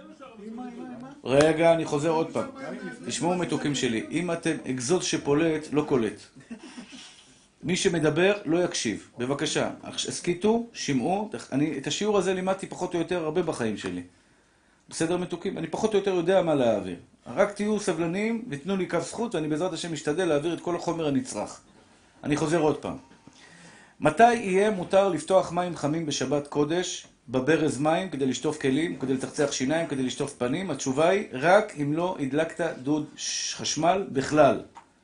רגע, אני חוזר עוד פעם. תשמעו מתוקים שלי. אם אתם אקזוט שפולט, לא קולט. מי שמדבר לא יקשיב. בבקשה, הסכיתו, שמעו. אני את השיעור הזה לימדתי פחות או יותר הרבה בחיים שלי. בסדר מתוקים? אני פחות או יותר יודע מה להעביר. רק תהיו סבלניים ותנו לי קו זכות, ואני בעזרת השם משתדל להעביר את כל החומר הנצרך. אני חוזר עוד פעם. מתי יהיה מותר לפתוח מים חמים בשבת קודש, בברז מים, כדי לשטוף כלים, כדי לצחצח שיניים, כדי לשטוף פנים? התשובה היא, רק אם לא הדלקת דוד חשמל בכלל.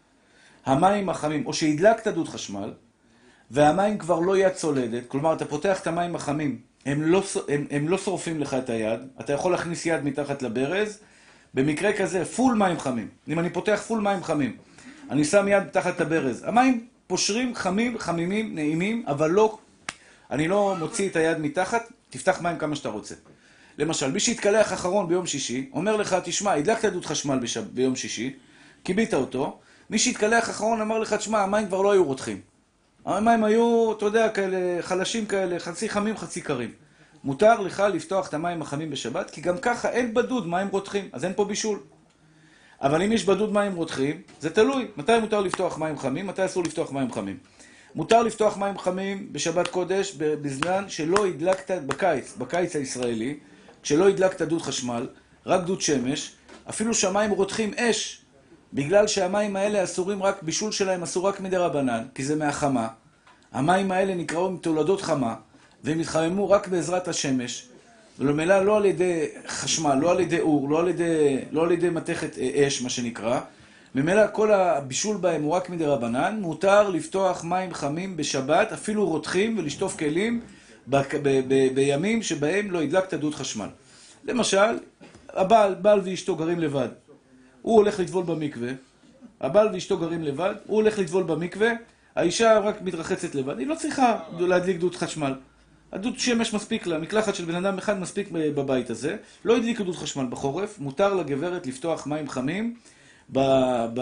המים החמים, או שהדלקת דוד חשמל, והמים כבר לא יד צולדת, כלומר, אתה פותח את המים החמים, הם לא, הם, הם לא שורפים לך את היד, אתה יכול להכניס יד מתחת לברז, במקרה כזה, פול מים חמים. אם אני פותח פול מים חמים, אני שם יד מתחת לברז, המים פושרים, חמים, חמימים, נעימים, אבל לא, אני לא מוציא את היד מתחת, תפתח מים כמה שאתה רוצה. למשל, מי שהתקלח אחרון ביום שישי, אומר לך, תשמע, הדלקת דוד חשמל בשב, ביום שישי, קיבית אותו, מי שהתקלח אחרון אמר לך, תשמע, המים כבר לא היו רותחים. המים היו, אתה יודע, כאלה, חלשים כאלה, חצי חמים, חצי קרים. מותר לך לפתוח את המים החמים בשבת, כי גם ככה אין בדוד מים רותחים, אז אין פה בישול. אבל אם יש בדוד מים רותחים, זה תלוי. מתי מותר לפתוח מים חמים, מתי אסור לפתוח מים חמים. מותר לפתוח מים חמים בשבת קודש, בזמן שלא הדלקת בקיץ, בקיץ הישראלי, כשלא הדלקת דוד חשמל, רק דוד שמש, אפילו שהמים רותחים אש, בגלל שהמים האלה אסורים רק, בישול שלהם אסור רק מדי רבנן, כי זה מהחמה. המים האלה נקראו מתולדות חמה, והם התחממו רק בעזרת השמש, ולמילא לא על ידי חשמל, לא על ידי אור, לא על ידי, לא על ידי מתכת אש, מה שנקרא. ממילא כל הבישול בהם הוא רק מדי רבנן. מותר לפתוח מים חמים בשבת, אפילו רותחים, ולשטוף כלים ב- ב- ב- בימים שבהם לא הדלקת דוד חשמל. למשל, הבעל, בעל ואשתו גרים לבד. הוא הולך לטבול במקווה, הבעל ואשתו גרים לבד, הוא הולך לטבול במקווה, האישה רק מתרחצת לבד, היא לא צריכה להדליק דוד חשמל. הדוד שמש מספיק לה, מקלחת של בן אדם אחד מספיק בבית הזה, לא הדליק דוד חשמל בחורף, מותר לגברת לפתוח מים חמים, ב, ב,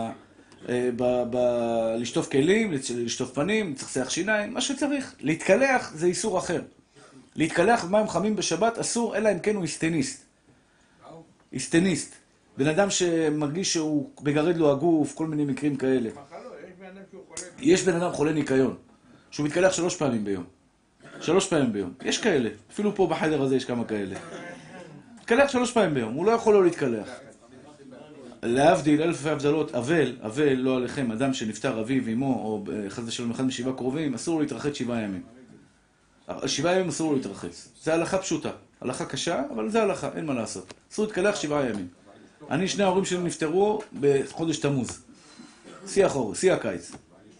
ב, ב, לשטוף כלים, לשטוף פנים, לצחצח שיניים, מה שצריך. להתקלח זה איסור אחר. להתקלח במים חמים בשבת אסור, אלא אם כן הוא היסטניסט. היסטניסט. בן אדם שמרגיש שהוא מגרד לו הגוף, כל מיני מקרים כאלה. יש בן אדם חולה ניקיון, שהוא מתקלח שלוש פעמים ביום. שלוש פעמים ביום. יש כאלה. אפילו פה בחדר הזה יש כמה כאלה. מתקלח שלוש פעמים ביום. הוא לא יכול לא להתקלח. להבדיל, אלף והבדלות, אבל, אבל, לא עליכם, אדם שנפטר אביו, אמו, או אחד ושלום, אחד משבעה קרובים, אסור לו להתרחץ שבעה ימים. שבעה ימים אסור לו להתרחץ. זה הלכה פשוטה. הלכה קשה, אבל זה הלכה, אין מה לעשות. אסור להתקלח שבעה ימים. אני, שני ההורים שלי נפטרו בחודש תמוז. שיא החורף, שיא הקיץ.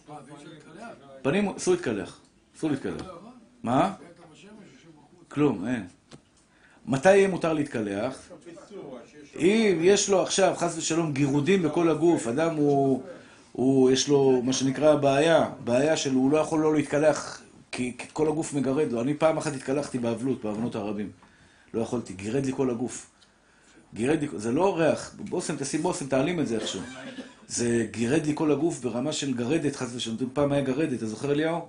פנים, אסור להתקלח. אסור להתקלח. מה? כלום, אין. מתי יהיה מותר להתקלח? אם יש לו עכשיו, חס ושלום, גירודים בכל הגוף, אדם הוא, הוא, יש לו מה שנקרא בעיה, בעיה של הוא לא יכול לא להתקלח, כי, כי כל הגוף מגרד לו. אני פעם אחת התקלחתי באבלות, באבנות הרבים. לא יכולתי, גירד לי כל הגוף. גירד לי, זה לא ריח, בוסם, תשים בוסם, תעלים את זה איכשהו. זה גירד לי כל הגוף ברמה של גרדת, חס ושלום, פעם היה גרדת, אתה זוכר אליהו?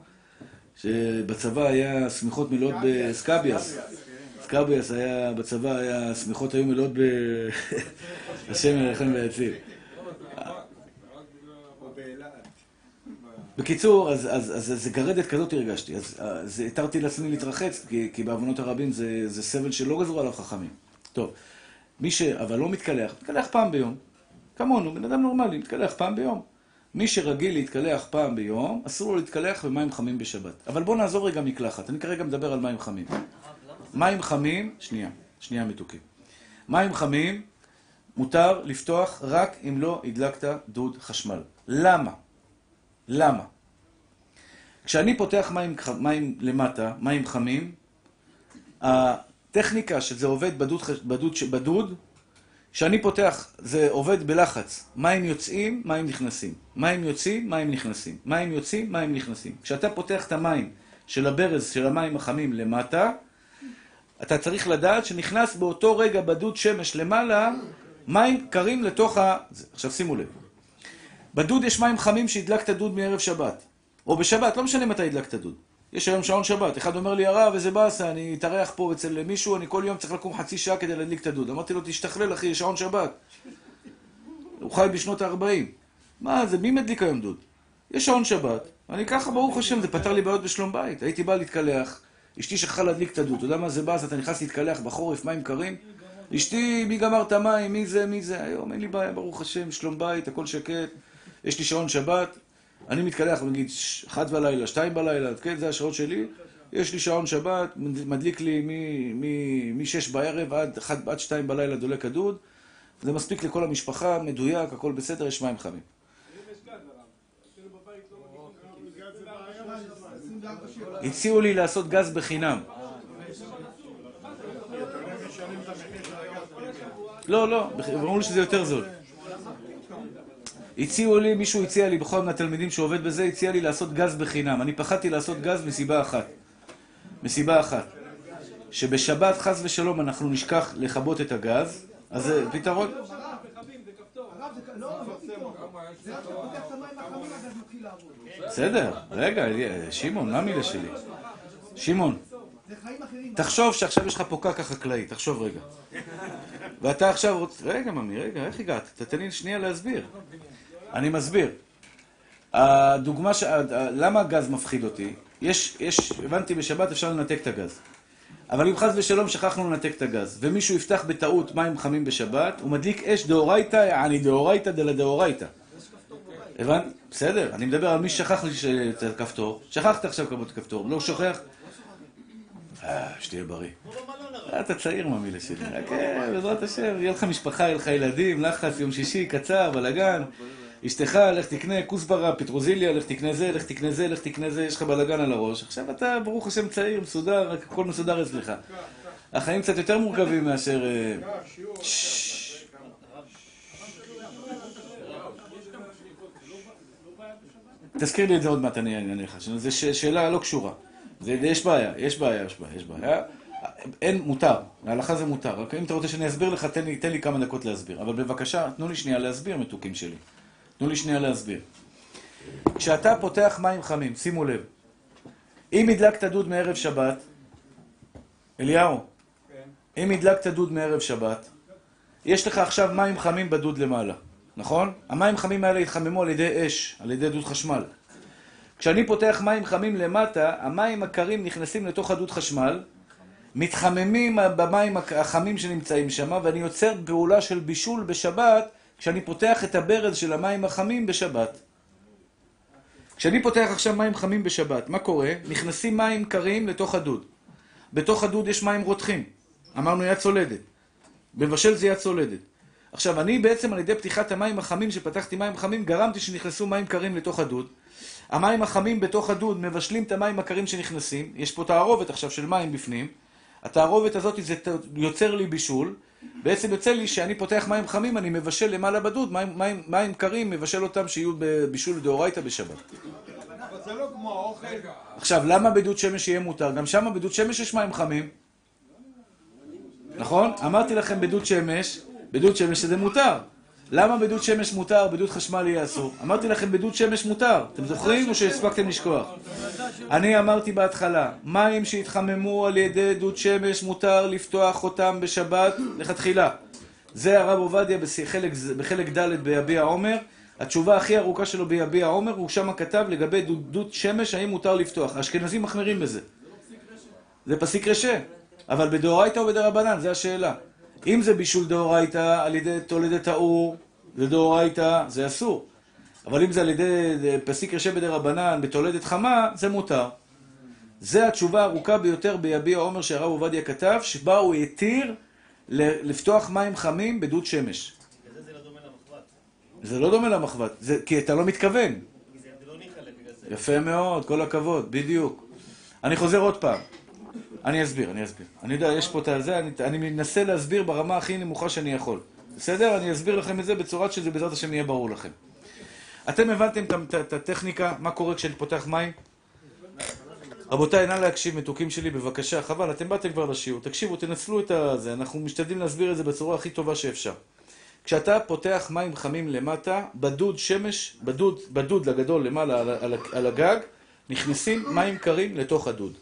שבצבא היה סמיכות מלאות בסקאביאס. סקאביאס היה, בצבא היה, סמיכות היו מלאות ב... השם ירחם ויציל. בקיצור, אז, אז, אז, אז זה גרדת כזאת הרגשתי, אז, אז התרתי לעצמי להתרחץ, כי, כי בעוונות הרבים זה, זה סבל שלא גזרו עליו חכמים. טוב, מי ש... אבל לא מתקלח, מתקלח פעם ביום. כמונו, בן אדם נורמלי, מתקלח פעם ביום. מי שרגיל להתקלח פעם ביום, אסור לו להתקלח במים חמים בשבת. אבל בוא נעזור רגע מקלחת, אני כרגע מדבר על מים חמים. מים חמים, שנייה, שנייה מתוקים. מים חמים מותר לפתוח רק אם לא הדלקת דוד חשמל. למה? למה? כשאני פותח מים, מים למטה, מים חמים, הטכניקה שזה עובד בדוד, בדוד, בדוד, כשאני פותח זה עובד בלחץ. מים יוצאים, מים נכנסים. מים יוצאים, מים נכנסים. מים יוצאים, מים נכנסים. כשאתה פותח את המים של הברז של המים החמים למטה, אתה צריך לדעת שנכנס באותו רגע בדוד שמש למעלה, מים קרים לתוך ה... עכשיו שימו לב. בדוד יש מים חמים שהדלקת דוד מערב שבת. או בשבת, לא משנה מתי הדלקת דוד. יש היום שעון שבת. אחד אומר לי, הרב, איזה באסה, אני אתארח פה אצל מישהו, אני כל יום צריך לקום חצי שעה כדי להדליק את הדוד. אמרתי לו, תשתכלל אחי, יש שעון שבת. הוא חי בשנות ה-ארבעים. מה זה, מי מדליק היום דוד? יש שעון שבת. אני ככה, ברוך השם, זה פתר לי בעיות בשלום בית. הייתי בא להתקלח, אשתי שכחה להדליק את הדוד. אתה יודע מה זה באסה, אתה נכנס להתקלח בחורף, מים קרים? אשתי, מי גמר את המים, מי זה, מי זה? היום אין לי בעיה, ברוך השם, שלום בית, הכל שקט. יש לי שעון שבת. אני מתקלח, נגיד, אחת בלילה, שתיים בלילה, כן, זה השעות שלי. יש לי שעון שבת, מדליק לי משש בערב עד, עד שתיים בלילה דולק הדוד. זה מספיק לכל המשפחה, מדויק, הכל בסדר, יש מים חמים. הציעו לי לעשות גז בחינם. לא, לא, אמרו לי שזה יותר זול. הציעו לי, מישהו הציע לי, בכל מהתלמידים שעובד בזה, הציע לי לעשות גז בחינם. אני פחדתי לעשות גז מסיבה אחת. מסיבה אחת. שבשבת, חס ושלום, אנחנו נשכח לכבות את הגז, אז זה פתרון. בסדר, רגע, שמעון, מה מילה שלי? שמעון, תחשוב שעכשיו יש לך פה קקה חקלאי, תחשוב רגע. ואתה עכשיו רוצה... רגע, ממי, רגע, איך הגעת? תתן לי שנייה להסביר. אני מסביר. הדוגמה ש... למה הגז מפחיד אותי? יש, יש, הבנתי, בשבת אפשר לנתק את הגז. אבל אם חס ושלום שכחנו לנתק את הגז, ומישהו יפתח בטעות מים חמים בשבת, הוא מדליק אש דאורייתא, אני דאורייתא דלה דאורייתא. הבנת? בסדר, אני מדבר על מי ששכח לי את הכפתור. שכחת עכשיו כמות הכפתור, לא שוכח? אה, שתהיה בריא. אתה צעיר מהמילה שלי. כן, בעזרת השם, יהיה לך משפחה, יהיה לך ילדים, לחץ, יום שישי, קצר, בלגן. אשתך, לך תקנה כוסברה, פטרוזיליה, לך תקנה זה, לך תקנה זה, לך תקנה זה, יש לך בלגן על הראש. עכשיו אתה, ברוך השם, צעיר, מסודר, רק הכל מסודר אצלך. החיים קצת יותר מורכבים מאשר... תזכיר לי את זה עוד מעט, אני אענה לך. זו שאלה לא קשורה. יש בעיה, יש בעיה, יש בעיה, יש בעיה. אין, מותר. ההלכה זה מותר. רק אם אתה רוצה שאני אסביר לך, תן לי, תן לי כמה דקות להסביר. אבל בבקשה, תנו לי שנייה להסביר, מתוקים שלי. תנו לי שנייה להסביר. כשאתה פותח מים חמים, שימו לב. אם הדלקת דוד מערב שבת, אליהו, אם הדלקת דוד מערב שבת, יש לך עכשיו מים חמים בדוד למעלה. נכון? המים חמים האלה התחממו על ידי אש, על ידי דוד חשמל. כשאני פותח מים חמים למטה, המים הקרים נכנסים לתוך הדוד חשמל, מתחממים במים החמים שנמצאים שם, ואני יוצר פעולה של בישול בשבת, כשאני פותח את הברז של המים החמים בשבת. כשאני פותח עכשיו מים חמים בשבת, מה קורה? נכנסים מים קרים לתוך הדוד. בתוך הדוד יש מים רותחים. אמרנו יד צולדת. בבשל זה יד צולדת. עכשיו, אני בעצם על ידי פתיחת המים החמים, שפתחתי מים חמים, גרמתי שנכנסו מים קרים לתוך הדוד. המים החמים בתוך הדוד מבשלים את המים הקרים שנכנסים. יש פה תערובת עכשיו של מים בפנים. התערובת הזאת זה יוצר לי בישול. בעצם יוצא לי שאני פותח מים חמים, אני מבשל למעלה בדוד, מים, מים, מים קרים, מבשל אותם שיהיו בבישול דאורייתא בשבת. אבל זה לא כמו האוכל. עכשיו, למה בדוד שמש יהיה מותר? גם שם בדוד שמש יש מים חמים. נכון? אמרתי לכם בדוד שמש, בדוד שמש שזה מותר. למה בדוד שמש מותר, בדוד חשמל יהיה אסור? אמרתי לכם בדוד שמש מותר. אתם זוכרים או שהספקתם לשכוח? אני אמרתי בהתחלה, מים שהתחממו על ידי דוד שמש מותר לפתוח אותם בשבת לכתחילה. זה הרב עובדיה בחלק, בחלק ד' ביביע עומר. התשובה הכי ארוכה שלו ביביע עומר, הוא שם כתב לגבי דוד שמש, האם מותר לפתוח. האשכנזים מחמירים בזה. זה פסיק רשע. אבל בדאורייתא או בדרבנן, זה השאלה. אם זה בישול דאורייתא על ידי תולדת האור, זה דאורייתא, זה אסור. אבל אם זה על ידי פסיק רשע בדרבנן, בתולדת חמה, זה מותר. זה התשובה הארוכה ביותר ביביע עומר שהרב עובדיה כתב, שבה הוא התיר לפתוח מים חמים בדוד שמש. בגלל זה זה לא דומה למחבת. זה לא דומה למחבת, זה, כי אתה לא מתכוון. זה לא ניחא בגלל זה. יפה מאוד, כל הכבוד, בדיוק. אני חוזר עוד פעם. אני אסביר, אני אסביר. אני יודע, יש פה את זה, אני, אני מנסה להסביר ברמה הכי נמוכה שאני יכול. בסדר? אני אסביר לכם את זה בצורת שזה בעזרת השם יהיה ברור לכם. אתם הבנתם את הטכניקה, מה קורה כשאני פותח מים? רבותיי, נא להקשיב, מתוקים שלי, בבקשה, חבל, אתם באתם כבר לשיעור. תקשיבו, תנצלו את זה, אנחנו משתדלים להסביר את זה בצורה הכי טובה שאפשר. כשאתה פותח מים חמים למטה, בדוד שמש, בדוד, בדוד לגדול למעלה על, על, על הגג, נכנסים מים קרים לתוך הדוד.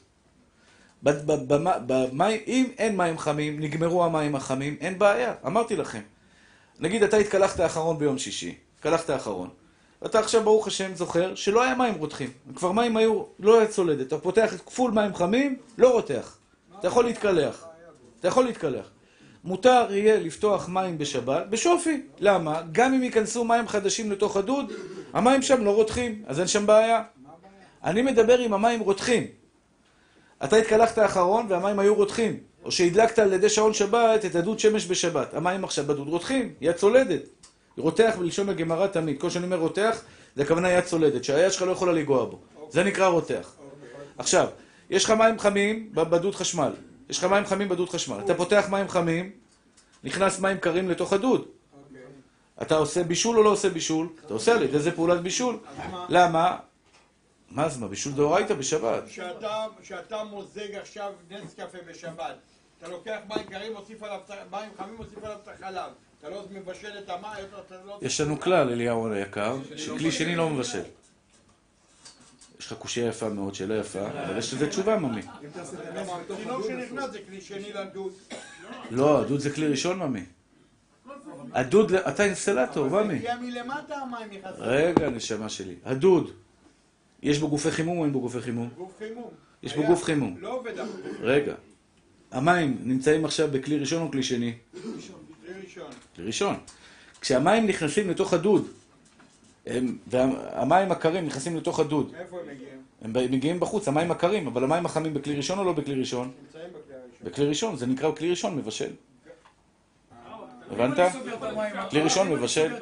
במים, אם אין מים חמים, נגמרו המים החמים, אין בעיה, אמרתי לכם. נגיד, אתה התקלחת האחרון ביום שישי, התקלחת האחרון. אתה עכשיו ברוך השם זוכר שלא היה מים רותחים. כבר מים היו, לא היה צולדת. אתה פותח את כפול מים חמים, לא רותח. אתה יכול להתקלח. אתה יכול להתקלח. מותר יהיה לפתוח מים בשבת, בשופי. למה? גם אם ייכנסו מים חדשים לתוך הדוד, המים שם לא רותחים, אז אין שם בעיה. אני מדבר עם המים רותחים. אתה התקלחת האחרון והמים היו רותחים. או שהדלקת על ידי שעון שבת את הדוד שמש בשבת. המים עכשיו בדוד רותחים, יד צולדת. רותח בלשון הגמרא תמיד. כל שאני אומר רותח, זה הכוונה יד צולדת, שהיד שלך לא יכולה לגוע בו. זה נקרא רותח. עכשיו, יש לך מים חמים בדוד חשמל. יש לך מים חמים בדוד חשמל. אתה פותח מים חמים, נכנס מים קרים לתוך הדוד. אתה עושה בישול או לא עושה בישול? אתה עושה על ידי זה פעולת בישול. למה? מה זה מה? בישול דאורייתא בשבת. שאתה מוזג עכשיו נס קפה בשבת, אתה לוקח מים קרים, מוסיף עליו מים חמים, מוסיף עליו את החלב. אתה לא מבשל את המים, אתה לא... יש לנו כלל, אליהו היקר, שכלי שני לא מבשל. יש לך קושיה יפה מאוד, שאלה יפה, אבל יש לזה תשובה, ממי. תינוק שנכנס זה כלי שני לדוד. לא, הדוד זה כלי ראשון, ממי. הדוד, אתה אינסטלטור, ממי. זה הגיע מלמטה המים נכנס. רגע, נשמה שלי. הדוד, יש בו גופי חימום או אין בו גופי חימום? גוף חימום. יש בו גוף חימום. לא עובד אחרי. רגע. המים נמצאים עכשיו בכלי ראשון או כלי שני? ראשון. ראשון. כשהמים נכנסים לתוך הדוד, הם, והמים הקרים נכנסים לתוך הדוד. מאיפה הם מגיעים? הם מגיעים בחוץ, המים הקרים, אבל המים החמים בכלי ראשון או לא בכלי ראשון? נמצאים בכלי הראשון. בכלי ראשון, זה נקרא כלי ראשון מבשל. הבנת? כלי ראשון מבשל.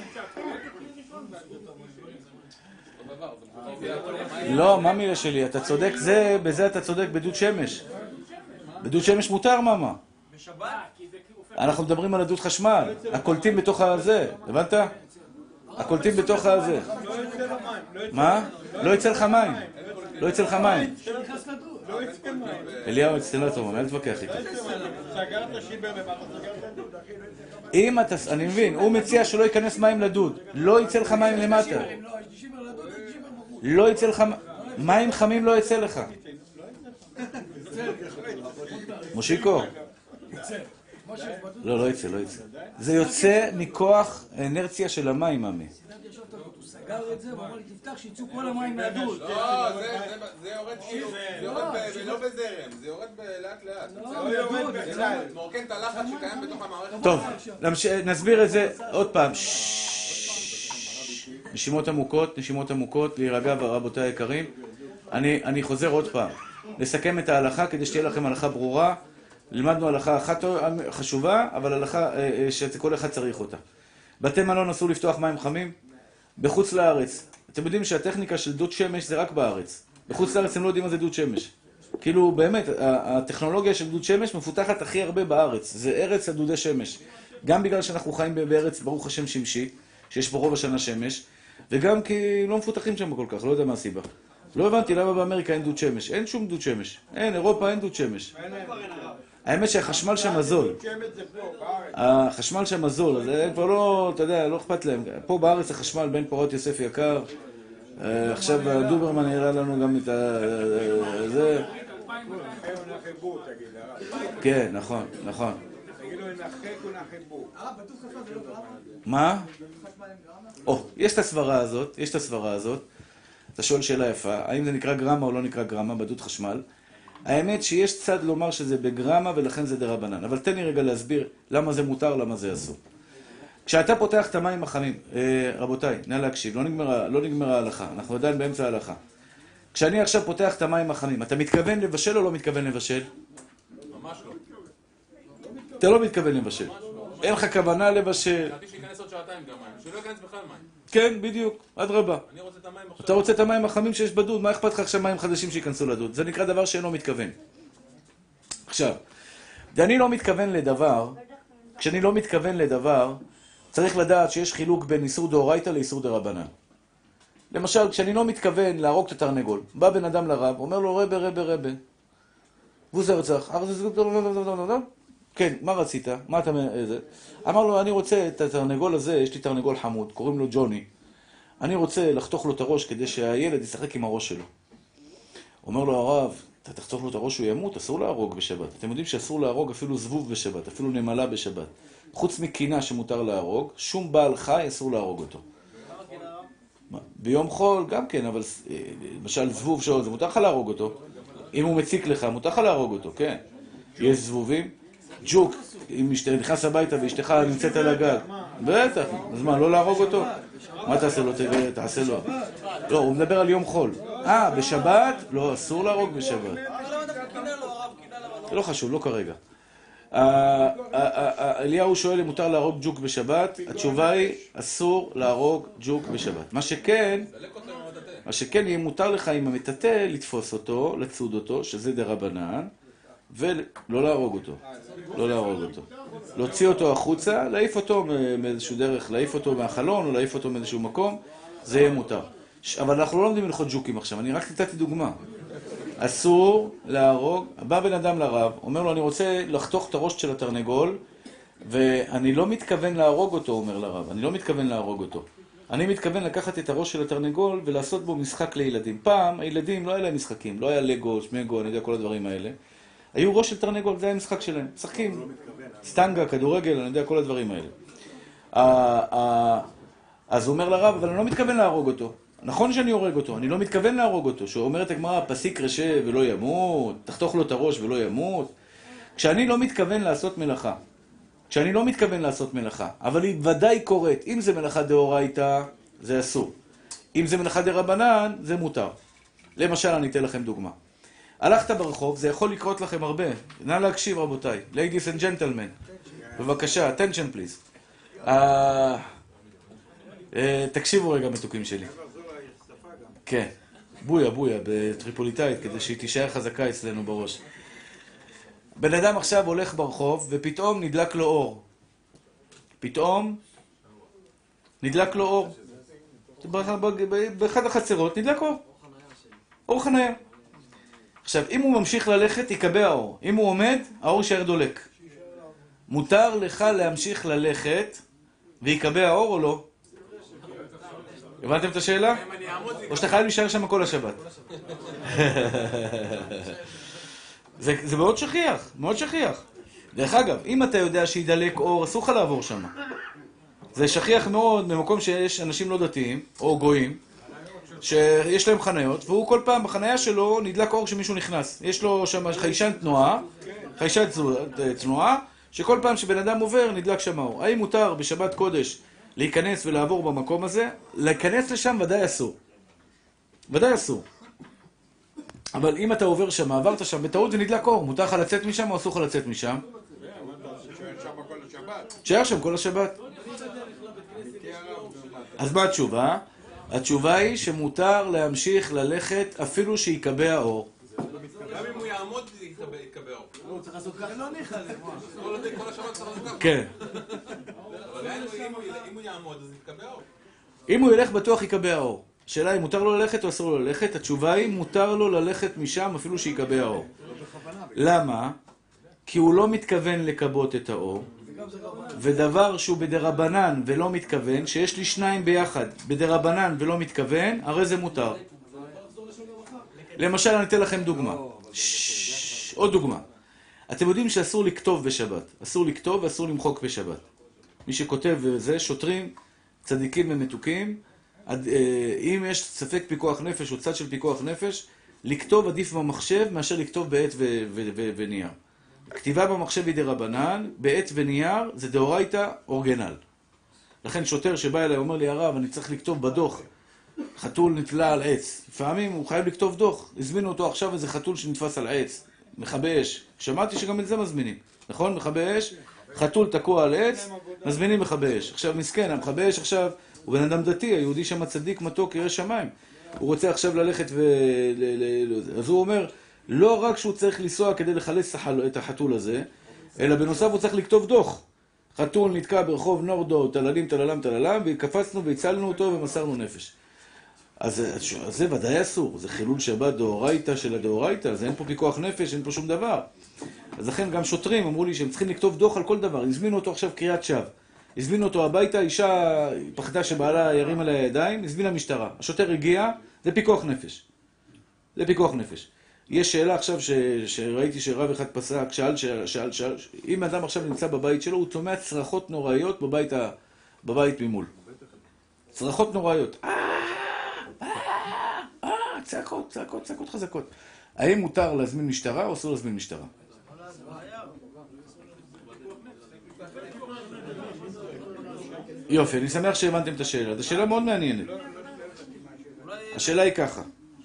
לא, מה מילה שלי? אתה צודק, זה, בזה אתה צודק בדוד שמש. בדוד שמש מותר, מאמה. בשבת? אנחנו מדברים על הדוד חשמל, הקולטים בתוך הזה, הבנת? הקולטים בתוך הזה. מה? לא יצא לך מים. לא יצא לך מים. אליהו אינסטלטור, אל תתווכח איתו. סגרת שיבר למטה, סגרת דוד, אחי, לא יצא לך מים. אם אתה, אני מבין, הוא מציע שלא ייכנס מים לדוד. לא יצא לך מים למטה. לא יצא לך, מים חמים לא יצא לך. מושיקו. לא, לא יצא, לא יצא. זה יוצא מכוח האנרציה של המים, ממי. הוא סגר את זה, ואמר לי, תפתח שיצאו כל המים מהדוד. לא, זה יורד כאילו, זה יורד לא בזרם, זה יורד לאט לאט. לא יורד בכלל. מורכן את הלחץ שקיים בתוך המערכת. טוב, נסביר את זה עוד פעם. נשימות עמוקות, נשימות עמוקות, להירגע רבותיי היקרים. אני חוזר עוד פעם. נסכם את ההלכה כדי שתהיה לכם הלכה ברורה. לימדנו הלכה אחת חשובה, אבל הלכה שכל אחד צריך אותה. בתי מלון אסור לפתוח מים חמים. בחוץ לארץ. אתם יודעים שהטכניקה של דוד שמש זה רק בארץ. בחוץ לארץ הם לא יודעים מה זה דוד שמש. כאילו באמת, הטכנולוגיה של דוד שמש מפותחת הכי הרבה בארץ. זה ארץ הדודי שמש. גם בגלל שאנחנו חיים בארץ, ברוך השם שמשי, שיש פה רוב השנה שמש, וגם כי לא מפותחים שם כל כך, לא יודע מה הסיבה. לא הבנתי למה באמריקה אין דוד שמש. אין שום דוד שמש. אין, אירופה אין דוד שמש. האמת שהחשמל שם זול. החשמל שם זול, אז הם כבר לא, אתה יודע, לא אכפת להם. פה בארץ החשמל בין פורת יוסף יקר. עכשיו דוברמן הראה לנו גם את זה. כן, נכון, נכון. מנחק ונחבו. מה? או, יש את הסברה הזאת, יש את הסברה הזאת. אתה שואל שאלה יפה, האם זה נקרא גרמה או לא נקרא גרמה בדוד חשמל? האמת שיש צד לומר שזה בגרמה ולכן זה דרבנן, אבל תן לי רגע להסביר למה זה מותר, למה זה אסור. כשאתה פותח את המים החמים, אה, רבותיי, נא להקשיב, לא נגמרה, לא נגמרה ההלכה, אנחנו עדיין באמצע ההלכה. כשאני עכשיו פותח את המים החמים, אתה מתכוון לבשל או לא מתכוון לבשל? ממש לא. אתה לא מתכוון לבשל. אין לך כוונה לבשל. חשבתי שייכנס עוד שעתיים גם מים, שלא ייכנס בכלל מים. כן, בדיוק, עד רבה. אני רוצה את המים עכשיו. אתה רוצה את המים החמים שיש בדוד, מה אכפת לך עכשיו מים חדשים שיכנסו לדוד? זה נקרא דבר שאינו מתכוון. עכשיו, אני לא מתכוון לדבר, כשאני לא מתכוון לדבר, צריך לדעת שיש חילוק בין איסור דאורייתא לאיסור דרבנן. למשל, כשאני לא מתכוון להרוג את התרנגול, בא בן אדם לרב, אומר לו רבה רבה רבה. והוא זה רצח. כן, מה רצית? מה אתה... זה? אמר לו, אני רוצה את התרנגול הזה, יש לי תרנגול חמוד, קוראים לו ג'וני. אני רוצה לחתוך לו את הראש כדי שהילד ישחק עם הראש שלו. אומר לו הרב, אתה תחתוך לו את הראש, הוא ימות, אסור להרוג בשבת. אתם יודעים שאסור להרוג אפילו זבוב בשבת, אפילו נמלה בשבת. חוץ מקינה שמותר להרוג, שום בעל חי אסור להרוג אותו. ביום חול גם כן, אבל למשל זבוב שלו, זה מותר לך להרוג אותו. אם הוא מציק לך, מותר לך להרוג אותו, כן. יש זבובים. ג'וק, אם נכנס הביתה ואשתך נמצאת על הגג. בטח, אז מה, לא להרוג אותו? מה תעשה לו? תעשה לו. לא, הוא מדבר על יום חול. אה, בשבת? לא, אסור להרוג בשבת. לא חשוב, לא כרגע. אליהו שואל אם מותר להרוג ג'וק בשבת, התשובה היא אסור להרוג ג'וק בשבת. מה שכן, מה שכן יהיה מותר לך עם המטאטא לתפוס אותו, לצוד אותו, שזה דרבנן, ולא להרוג אותו, לא להרוג אותו. להוציא אותו החוצה, להעיף אותו מאיזשהו דרך, להעיף אותו מהחלון או להעיף אותו מאיזשהו מקום, זה יהיה מותר. אבל אנחנו לא לומדים הלכות ג'וקים עכשיו, אני רק נתתי דוגמה. אסור להרוג, בא בן אדם לרב, אומר לו אני רוצה לחתוך את הראש של התרנגול ואני לא מתכוון להרוג אותו, אומר לרב, אני לא מתכוון להרוג אותו. אני מתכוון לקחת את הראש של התרנגול ולעשות בו משחק לילדים. פעם הילדים לא היה להם משחקים, לא היה לגו, שמגו, אני יודע כל הדברים האלה. היו ראש של תרנגול, זה היה משחק שלהם, משחקים, סטנגה, כדורגל, אני יודע כל הדברים האלה. אז הוא אומר לרב, אבל אני לא מתכוון להרוג אותו. נכון שאני הורג אותו, אני לא מתכוון להרוג אותו. שהוא אומר את הגמרא, פסיק רשע ולא ימות, תחתוך לו את הראש ולא ימות. כשאני לא מתכוון לעשות מלאכה, כשאני לא מתכוון לעשות מלאכה, אבל היא ודאי קורית, אם זה מלאכה דאורייתא, זה אסור. אם זה מלאכה דרבנן, זה מותר. למשל, אני אתן לכם דוגמה. הלכת ברחוב, זה יכול לקרות לכם הרבה. נא להקשיב רבותיי, ladies and gentlemen. בבקשה, attention please. Uh, uh, תקשיבו רגע מתוקים שלי. כן, בויה בויה בטריפוליטאית, כדי שהיא תישאר חזקה אצלנו בראש. בן אדם עכשיו הולך ברחוב ופתאום נדלק לו אור. פתאום נדלק לו אור. באחד החצרות נדלק אור. אור חניה. עכשיו, אם הוא ממשיך ללכת, יקבע האור. אם הוא עומד, האור יישאר דולק. מותר לך להמשיך ללכת ויקבע האור או לא? הבנתם את השאלה? או שאתה חייב להישאר שם כל השבת? זה, זה מאוד שכיח, מאוד שכיח. דרך אגב, אם אתה יודע שידלק אור, אסור לך לעבור שם. זה שכיח מאוד במקום שיש אנשים לא דתיים, או גויים, שיש להם חניות, והוא כל פעם בחניה שלו נדלק אור כשמישהו נכנס. יש לו שם חיישן תנועה, חיישן תנועה, שכל פעם שבן אדם עובר נדלק שם אור. האם מותר בשבת קודש להיכנס ולעבור במקום הזה? להיכנס לשם ודאי אסור. ודאי אסור. אבל אם אתה עובר שם, עברת שם, בטעות זה נדלק אור. מותר לך לצאת משם או אסור לך לצאת משם? תשאר שם כל השבת. אז מה התשובה? התשובה היא שמותר להמשיך ללכת אפילו שיקבע האור. גם אם הוא יעמוד יקבע אור. הוא צריך לעשות ככה. לא ניחא לב. כל השבת צריך לעשות ככה. כן. אבל אם הוא יעמוד אז יקבע אור. אם הוא ילך בטוח יקבע האור. השאלה היא מותר לו ללכת או אסור לו ללכת? התשובה היא מותר לו ללכת משם אפילו שיקבע האור. למה? כי הוא לא מתכוון לקבות את האור. ודבר שהוא בדרבנן ולא מתכוון, שיש לי שניים ביחד, בדרבנן ולא מתכוון, הרי זה מותר. למשל, אני אתן לכם דוגמה. עוד דוגמה. אתם יודעים שאסור לכתוב בשבת. אסור לכתוב ואסור למחוק בשבת. מי שכותב זה שוטרים, צדיקים ומתוקים. אם יש ספק פיקוח נפש או צד של פיקוח נפש, לכתוב עדיף במחשב מאשר לכתוב בעט ו- ו- ו- ונייר. כתיבה במחשב היא דרבנן, בעט ונייר זה דאורייתא אורגינל. לכן שוטר שבא אליי אומר לי, הרב, אני צריך לכתוב בדוח, חתול נתלה על עץ. לפעמים הוא חייב לכתוב דוח. הזמינו אותו עכשיו איזה חתול שנתפס על עץ, מכבי אש. שמעתי שגם את זה מזמינים, נכון? מכבי אש, חתול תקוע על עץ, מזמינים מכבי אש. עכשיו מסכן, המכבי אש עכשיו הוא בן אדם דתי, היהודי שם צדיק מתוק ירא שמיים. הוא רוצה עכשיו ללכת ו... אז הוא אומר, לא רק שהוא צריך לנסוע כדי לחלץ את החתול הזה, אלא בנוסף הוא צריך לכתוב דוח. חתול נתקע ברחוב נורדו, תללים, תללם, תללם, וקפצנו והצלנו אותו ומסרנו נפש. אז, אז זה ודאי אסור, זה חילול שבת דאורייתא של הדאורייתא, אז אין פה פיקוח נפש, אין פה שום דבר. אז לכן גם שוטרים אמרו לי שהם צריכים לכתוב דוח על כל דבר, הזמינו אותו עכשיו קריאת שווא. הזמינו אותו הביתה, אישה פחדה שבעלה ירים עליה ידיים, הזמינה משטרה. השוטר הגיע, זה פיקוח נפש. זה פיקוח נפש. יש שאלה עכשיו ש... שראיתי שרב אחד פסק, שאל, שאל, שאל, שאל, אם אדם עכשיו נמצא בבית שלו, הוא תומע צרחות נוראיות בבית, ה... בבית ממול. צרחות נוראיות. אה, אה, אה, צעקות, צעקות, צעקות חזקות. האם מותר להזמין משטרה או אסור להזמין משטרה? יופי, אני שמח שהבנתם את השאלה. זו שאלה מאוד מעניינת. השאלה היא ככה.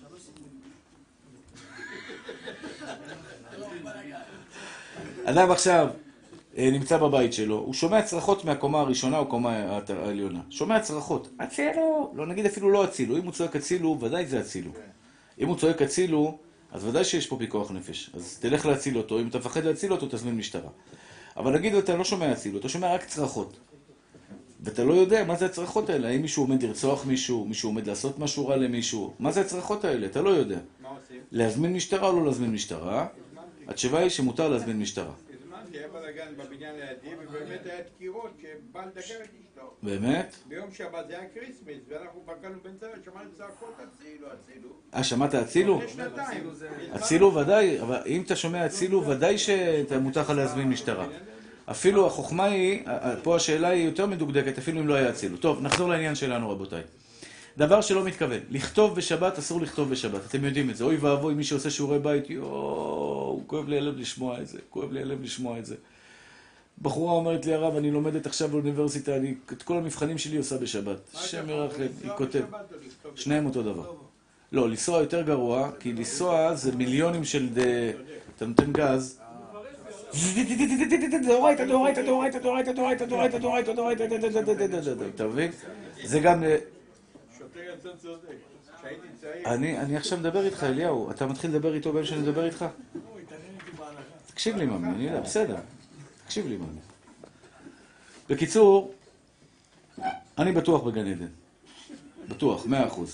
אדם עכשיו נמצא בבית שלו, הוא שומע צרחות מהקומה הראשונה או קומה העליונה. שומע צרחות. הצילו! לא נגיד אפילו לא הצילו. אם הוא צועק הצילו, ודאי זה הצילו. אם הוא צועק הצילו, אז ודאי שיש פה פיקוח נפש. אז תלך להציל אותו. אם אתה מפחד להציל אותו, תזמין משטרה. אבל נגיד אתה לא שומע הצילו, אתה שומע רק צרחות. ואתה לא יודע מה זה הצרחות האלה. האם מישהו עומד לרצוח מישהו, מישהו עומד לעשות משהו רע למישהו. מה זה הצרחות האלה? אתה לא יודע. מה עושים? להזמין משטרה או לא להזמין משטרה? התשובה היא שמותר להזמין משטרה. הזמנתי, היה בלגן בבניין לידי, ובאמת היה דקירות שבא לדקר את אשתו. באמת? ביום שבת זה היה קריסמס, ואנחנו בקלנו בין צלם, שמענו צעקות הצילו, הצילו. אה, שמעת הצילו? לפני שנתיים. הצילו ודאי, אבל אם אתה שומע הצילו, ודאי שאתה מותר לך להזמין משטרה. אפילו החוכמה היא, פה השאלה היא יותר מדוקדקת, אפילו אם לא היה הצילו. טוב, נחזור לעניין שלנו רבותיי. דבר שלא מתכוון, לכתוב בשבת, אסור לכתוב בשבת, אתם יודעים את זה. אוי ואבוי, מי שעושה שיעורי בית, יואו, כואב לי הלב לשמוע את זה, כואב לי הלב לשמוע את זה. בחורה אומרת לי, הרב, אני לומדת עכשיו באוניברסיטה, אני את כל המבחנים שלי עושה בשבת. שם ירחם, היא כותב. שניהם אותו דבר. לא, לנסוע יותר גרוע, כי לנסוע זה מיליונים של... אתה נותן גז. דאורייתא, דאורייתא, דאורייתא, דאורייתא, דאורייתא, דאורייתא, דאורייתא, דאורייתא, אתה מבין? זה גם... שוטר יצא צודק. כשהייתי צעיר... אני עכשיו מדבר איתך, אליהו. אתה מתחיל לדבר איתו בין שאני מדבר איתך? תקשיב לי, ממי, אני יודע, בסדר. תקשיב לי, ממי. בקיצור, אני בטוח בגן עדן. בטוח, מאה אחוז.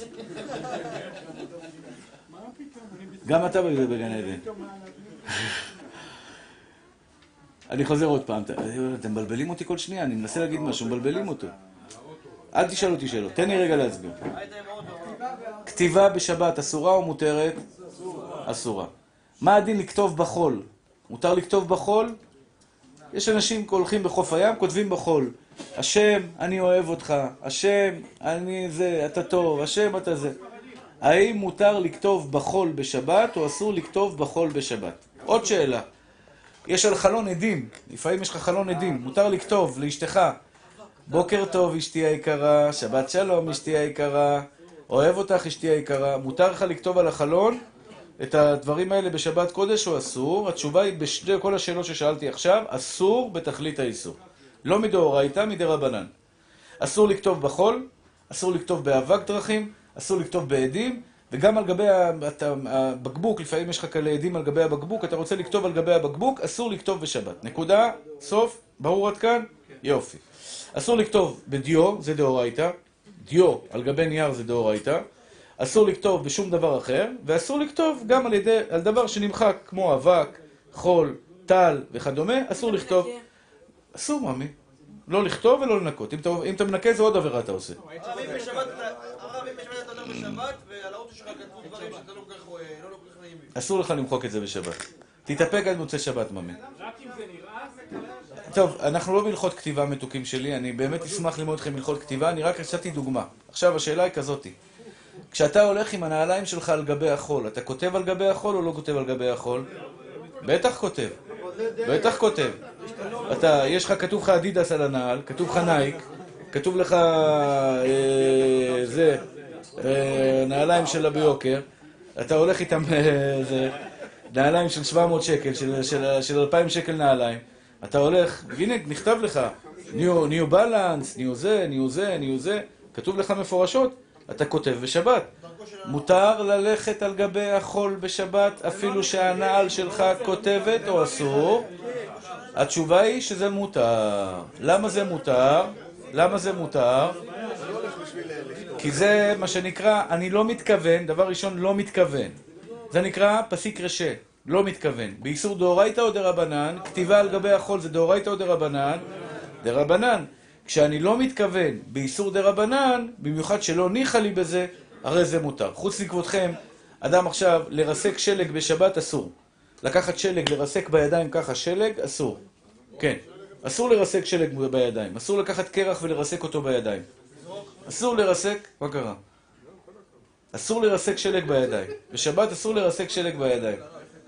גם אתה בגן עדן. אני חוזר עוד פעם. אתם מבלבלים אותי כל שנייה, אני מנסה להגיד משהו, מבלבלים אותו. אל תשאל אותי שאלות, תן לי רגע להסביר. כתיבה בשבת אסורה או מותרת? אסורה. מה הדין לכתוב בחול? מותר לכתוב בחול? יש אנשים הולכים בחוף הים, כותבים בחול. השם, אני אוהב אותך. השם, אני זה, אתה טוב. השם, אתה זה. האם מותר לכתוב בחול בשבת או אסור לכתוב בחול בשבת? עוד שאלה. יש על חלון עדים. לפעמים יש לך חלון עדים. מותר לכתוב לאשתך. בוקר טוב אשתי היקרה, שבת שלום אשתי היקרה, אוהב אותך אשתי היקרה. מותר לך לכתוב על החלון את הדברים האלה בשבת קודש או אסור? התשובה היא בשתי כל השאלות ששאלתי עכשיו, אסור בתכלית האיסור. לא מדאורייתא, מדרבנן. אסור לכתוב בחול, אסור לכתוב באבק דרכים, אסור לכתוב בעדים, וגם על גבי הבקבוק, לפעמים יש לך כאלה עדים על גבי הבקבוק, אתה רוצה לכתוב על גבי הבקבוק, אסור לכתוב בשבת. נקודה, סוף, ברור עד כאן? יופי. אסור לכתוב בדיו, זה דאורייתא, דיו על גבי נייר זה דאורייתא, אסור לכתוב בשום דבר אחר, ואסור לכתוב גם על ידי, על דבר שנמחק כמו אבק, חול, טל וכדומה, אסור לכתוב. אסור, ממי. לא לכתוב ולא לנקות. אם אתה, אם אתה מנקה זה עוד עבירה אתה עושה. הרב, אם בשבת אתה הולך בשבת, ועל האוטו שלך כתבו דברים שאתה לא כל כך נעימים. אסור לך למחוק את זה בשבת. תתאפק עד מוצא שבת, ממי. טוב, אנחנו לא בהלכות כתיבה מתוקים שלי, אני באמת אשמח ללמוד לכם הלכות כתיבה, אני רק רציתי דוגמה. עכשיו, השאלה היא כזאתי. כשאתה הולך עם הנעליים שלך על גבי החול, אתה כותב על גבי החול או לא כותב על גבי החול? בטח כותב. בטח כותב. אתה, יש לך, כתוב לך אדידס על הנעל, כתוב לך נייק, כתוב לך אה, זה, אה, נעליים שלה ביוקר, אתה הולך איתם, אה, זה, נעליים של שבע מאות שקל, של, של, של אלפיים שקל נעליים, אתה הולך, הנה, נכתב לך, ניו, ניו בלנס, ניו זה, ניו זה, ניו זה, כתוב לך מפורשות, אתה כותב בשבת. מותר ללכת על גבי החול בשבת, אפילו שהנעל שלך כותבת או אסור? התשובה היא שזה מותר. למה זה מותר? למה זה מותר? כי זה מה שנקרא, אני לא מתכוון, דבר ראשון לא מתכוון. זה נקרא פסיק רשע, לא מתכוון. באיסור דאורייתא או דרבנן, כתיבה על גבי החול זה דאורייתא או דרבנן? דרבנן. כשאני לא מתכוון באיסור דרבנן, במיוחד שלא ניחא לי בזה, הרי זה מותר. חוץ מכבודכם, אדם עכשיו לרסק שלג בשבת אסור. לקחת שלג, לרסק בידיים ככה שלג, אסור. כן, אסור לרסק שלג בידיים. אסור לקחת קרח ולרסק אותו בידיים. אסור לרסק, מה קרה? אסור לרסק שלג בידיים. בשבת אסור לרסק שלג בידיים.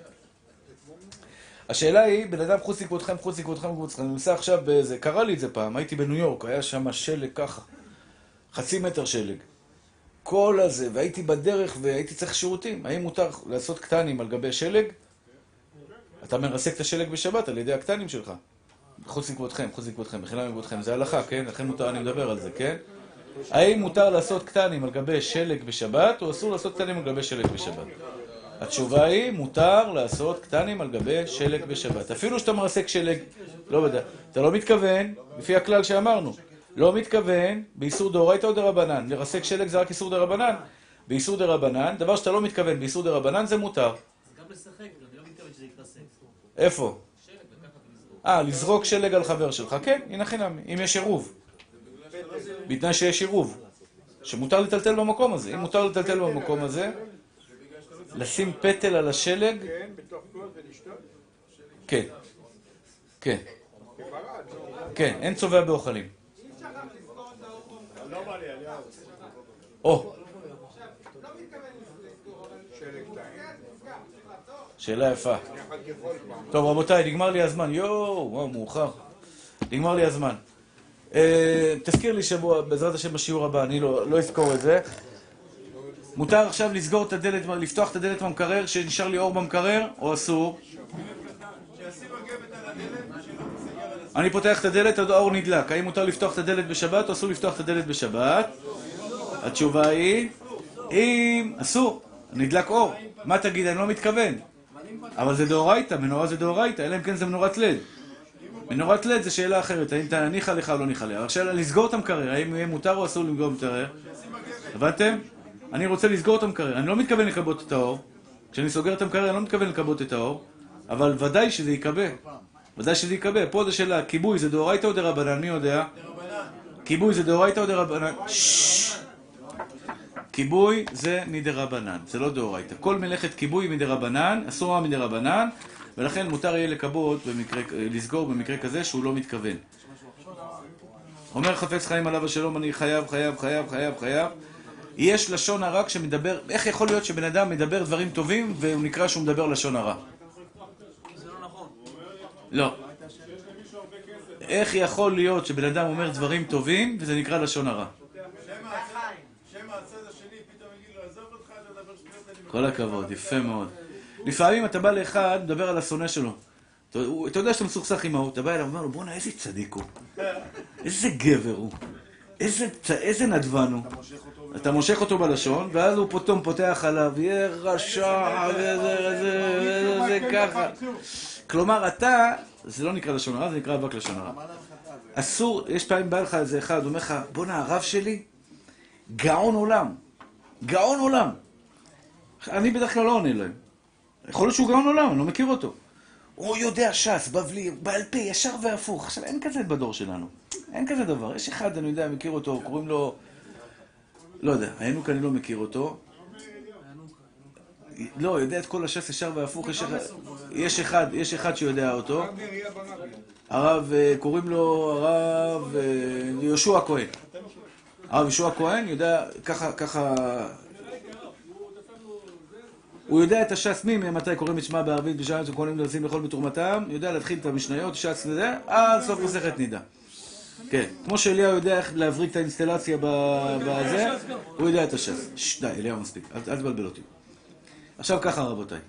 השאלה היא, בן אדם חוץ לכבודכם, חוץ לכבודכם, חוץ לכבודכם. אני נמצא עכשיו באיזה, קרה לי את זה פעם, הייתי בניו יורק, היה שם שלג ככה. חצי מטר שלג. כל הזה, והייתי בדרך והייתי צריך שירותים. האם מותר לעשות קטנים על גבי שלג? אתה מרסק את השלג בשבת על ידי הקטנים שלך. חוץ לכבודכם, חוץ לכבודכם, בחילה מכבודכם. זה הלכה, כן? לכן מותר, אני מדבר על זה, כן? האם מותר לעשות קטנים על גבי שלג בשבת, או אסור לעשות קטנים על גבי שלג בשבת? התשובה היא, מותר לעשות קטנים על גבי שלג בשבת. אפילו שאתה מרסק שלג, לא יודע, אתה לא מתכוון, לפי הכלל שאמרנו, לא מתכוון באיסור דאורייתא או דרבנן. לרסק שלג זה רק איסור דרבנן. באיסור דרבנן, דבר שאתה לא מתכוון באיסור דרבנן זה מותר. גם לשחק, אני לא מתכוון שזה יתרסק. איפה? שלג, לקחת ולזרוק. אה, לזרוק שלג על חבר שלך, כן, הנה חינם, אם יש עירוב. בתנאי שיש עירוב. שמותר לטלטל במקום הזה. אם מותר לטלטל במקום הזה, לשים פטל על השלג, כן, בתוך כוס ולשתות. כן, כן, כן, אין צובע באוכלים. או, שאלה יפה. טוב רבותיי, נגמר לי הזמן. יואו, וואו, מאוחר. נגמר לי הזמן. תזכיר לי שבוע, בעזרת השם בשיעור הבא, אני לא אזכור את זה. מותר עכשיו לסגור את הדלת, לפתוח את הדלת במקרר, שנשאר לי אור במקרר, או אסור? אני פותח את הדלת, האור נדלק. האם מותר לפתוח את הדלת בשבת, או אסור לפתוח את הדלת בשבת? התשובה היא, אם אסור, נדלק אור. מה תגיד? אני לא מתכוון. אבל זה דאורייתא, מנורה זה דאורייתא, אלא אם כן זה מנורת לד. מנורת לד זה שאלה אחרת, האם אתה ניחא לך או לא ניחא לך. עכשיו, לסגור את המקרר, האם יהיה מותר או אסור לסגור את המקרר? הבנתם? אני רוצה לסגור את המקרר, אני לא מתכוון לקבות את האור. כשאני סוגר את המקרר, אני לא מתכוון לקבות את האור, אבל ודאי שזה יקבה. ודאי שזה יקבה. פה זה שאלה, כיבוי זה דאורייתא או דרבנן? מי יודע? כיבוי זה דאורייתא או דרבנן? כיבוי זה מדרבנן, זה לא דאורייתא. כל מלאכת כיבוי מדרבנן, אסורה מדרבנן, ולכן מותר יהיה לקבות, במקרה, לסגור במקרה כזה שהוא לא מתכוון. אומר חפץ חיים עליו השלום, אני חייב, חייב, חייב, חייב, חייב. יש לשון הרע כשמדבר, איך יכול להיות שבן אדם מדבר דברים טובים והוא נקרא שהוא מדבר לשון הרע? זה לא נכון. לא. איך יכול להיות שבן אדם אומר דברים טובים וזה נקרא לשון הרע? כל הכבוד, יפה מאוד. לפעמים אתה בא לאחד, מדבר על השונא שלו. אתה, אתה יודע שאתה מסוכסך עם ההוא, אתה בא אליו ואומר לו, בוא'נה, איזה צדיק הוא. איזה גבר הוא. איזה, איזה נדבן הוא. אתה מושך אותו בלשון, ואז הוא פתאום פותח עליו, יהיה רשע, וזה, וזה, וזה, ככה. כלומר, אתה, זה לא נקרא לשון הרע, זה נקרא אבק לשון הרע. אסור, יש פעמים בא לך איזה אחד, אומר לך, בוא'נה, הרב שלי, גאון עולם. גאון עולם. אני בדרך כלל לא עונה להם. יכול להיות שהוא גאון עולם, אני לא מכיר אותו. הוא יודע ש"ס, בבלי, בעל פה, ישר והפוך. עכשיו, אין כזה בדור שלנו. אין כזה דבר. יש אחד, אני יודע, מכיר אותו, קוראים לו... לא יודע, הענוק אני לא מכיר אותו. לא, יודע את כל הש"ס ישר והפוך, יש אחד, יש אחד, יש אחד שיודע אותו. הרב, קוראים לו הרב יהושע כהן. הרב יהושע כהן יודע, ככה, ככה... הוא יודע את הש"ס מי, מתי קוראים את שמה בערבית, בשעה שקוראים לרצים לכל בתרומתם, יודע להתחיל את המשניות, ש"ס לזה, עד סוף מסכת נידה. כן, כמו שאליהו יודע איך להבריק את האינסטלציה בזה, הוא יודע את הש"ס. שש, די, אליהו מספיק, אל תבלבל אותי. עכשיו ככה רבותיי.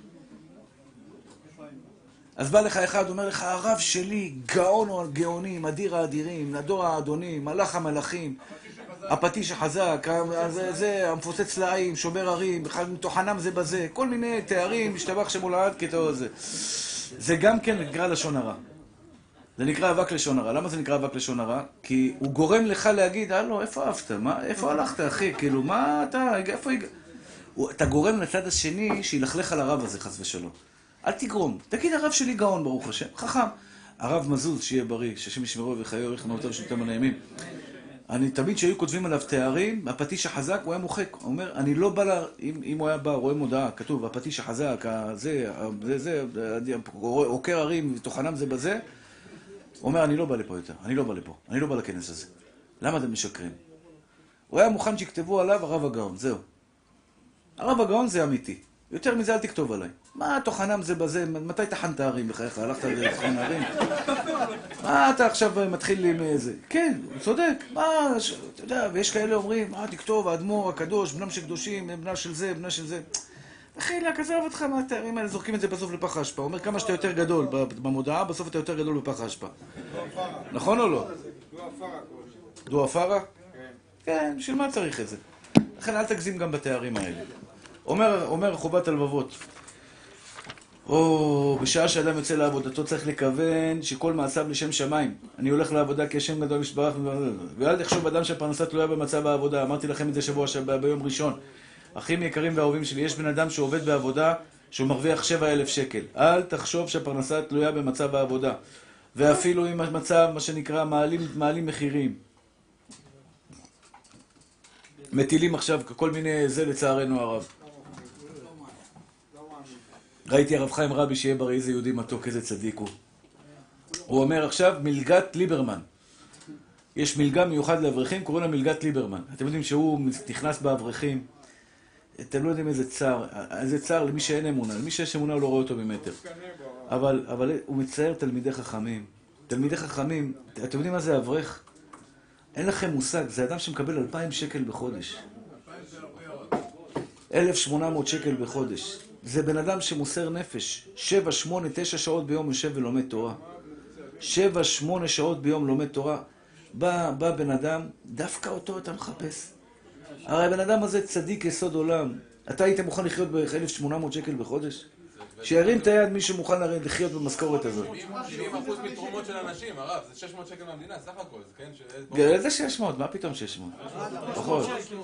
אז בא לך אחד, אומר לך, הרב שלי, גאון או גאונים, אדיר האדירים, נדור האדונים, מלאך המלאכים, הפטיש החזק, זה, זה, המפוצץ לעיים, שובר הרים, תוכנם זה בזה, כל מיני תארים, משתבח שמולד כתוב זה. זה גם כן נקרא לשון הרע. זה נקרא אבק לשון הרע. למה זה נקרא אבק לשון הרע? כי הוא גורם לך להגיד, הלו, איפה אהבת? מה, איפה הלכת, אחי? כאילו, מה אתה, איפה הגע? אתה גורם לצד השני שילכלך על הרב הזה, חס ושלום. אל תגרום. תגיד, הרב שלי גאון, ברוך השם. חכם. הרב מזוז, שיהיה בריא, שהשם ישמרו וחיו, יאריך ימיו ושנותיהם על הימים. אני תמיד שהיו כותבים עליו תארים, הפטיש החזק, הוא היה מוחק. הוא אומר, אני לא בא לה, אם, אם הוא היה בא, רואה מודעה, כתוב, הפטיש החזק, זה, זה, זה, עוקר הרים, תוכנם זה בזה. הוא אומר, אני לא בא לפה יותר, אני לא בא לפה, אני לא בא לכנס הזה. למה אתם משקרים? הוא היה מוכן שיכתבו עליו הרב הגאון, זהו. הרב הגאון זה אמיתי. יותר מזה אל תכתוב עליי. מה תוכנם זה בזה? מתי תחנת הרים בחייך? הלכת לתוכן הרים? מה אתה עכשיו מתחיל עם איזה? כן, הוא צודק. מה, אתה יודע, ויש כאלה אומרים, מה תכתוב, האדמו"ר הקדוש, בנם של קדושים, בנה של זה, בנה של זה. אחי, להכזב אותך מהתארים האלה, זורקים את זה בסוף לפח האשפה. הוא אומר, כמה שאתה יותר גדול במודעה, בסוף אתה יותר גדול בפח האשפה. נכון או לא? דו אפרה? כן, בשביל מה צריך את זה? לכן אל תגזים גם בתארים האלה. אומר, אומר חובת הלבבות. או, בשעה שאדם יוצא לעבודתו צריך לכוון שכל מעשיו לשם שמיים. אני הולך לעבודה כי השם גדול משברך, ואל תחשוב אדם שהפרנסה תלויה במצב העבודה. אמרתי לכם את זה שבוע שבא ביום ראשון. אחים יקרים ואהובים שלי, יש בן אדם שעובד בעבודה שהוא מרוויח שבע אלף שקל. אל תחשוב שהפרנסה תלויה במצב העבודה. ואפילו אם המצב, מה שנקרא, מעלים, מעלים מחירים. מטילים עכשיו כל מיני זה לצערנו הרב. ראיתי הרב חיים רבי שיהיה בריא, איזה יהודי מתוק, איזה צדיק הוא. הוא אומר עכשיו מלגת ליברמן. יש מלגה מיוחד לאברכים, קוראים לה מלגת ליברמן. אתם יודעים שהוא נכנס באברכים. אתם לא יודעים איזה צער, איזה צער למי שאין אמונה. למי שיש אמונה הוא לא רואה אותו במטר. אבל, אבל הוא מצייר תלמידי חכמים. תלמידי חכמים, אתם יודעים מה זה אברך? אין לכם מושג, זה אדם שמקבל אלפיים שקל בחודש. אלף שמונה מאות שקל בחודש. זה בן אדם שמוסר נפש. שבע, שמונה, תשע שעות ביום יושב ולומד תורה. שבע, שמונה שעות ביום לומד תורה. בא, בא בן אדם, דווקא אותו אתה מחפש. הרי הבן אדם הזה צדיק יסוד עולם. אתה היית מוכן לחיות ב-אלף שמונה מאות שקל בחודש? שירים את היד מי שמוכן לחיות במשכורת הזאת. שבעים אחוז מתרומות של אנשים, הרב, זה שש מאות שקל מהמדינה, סך הכל, כן? איזה שש מאות? מה פתאום שש מאות? פחות.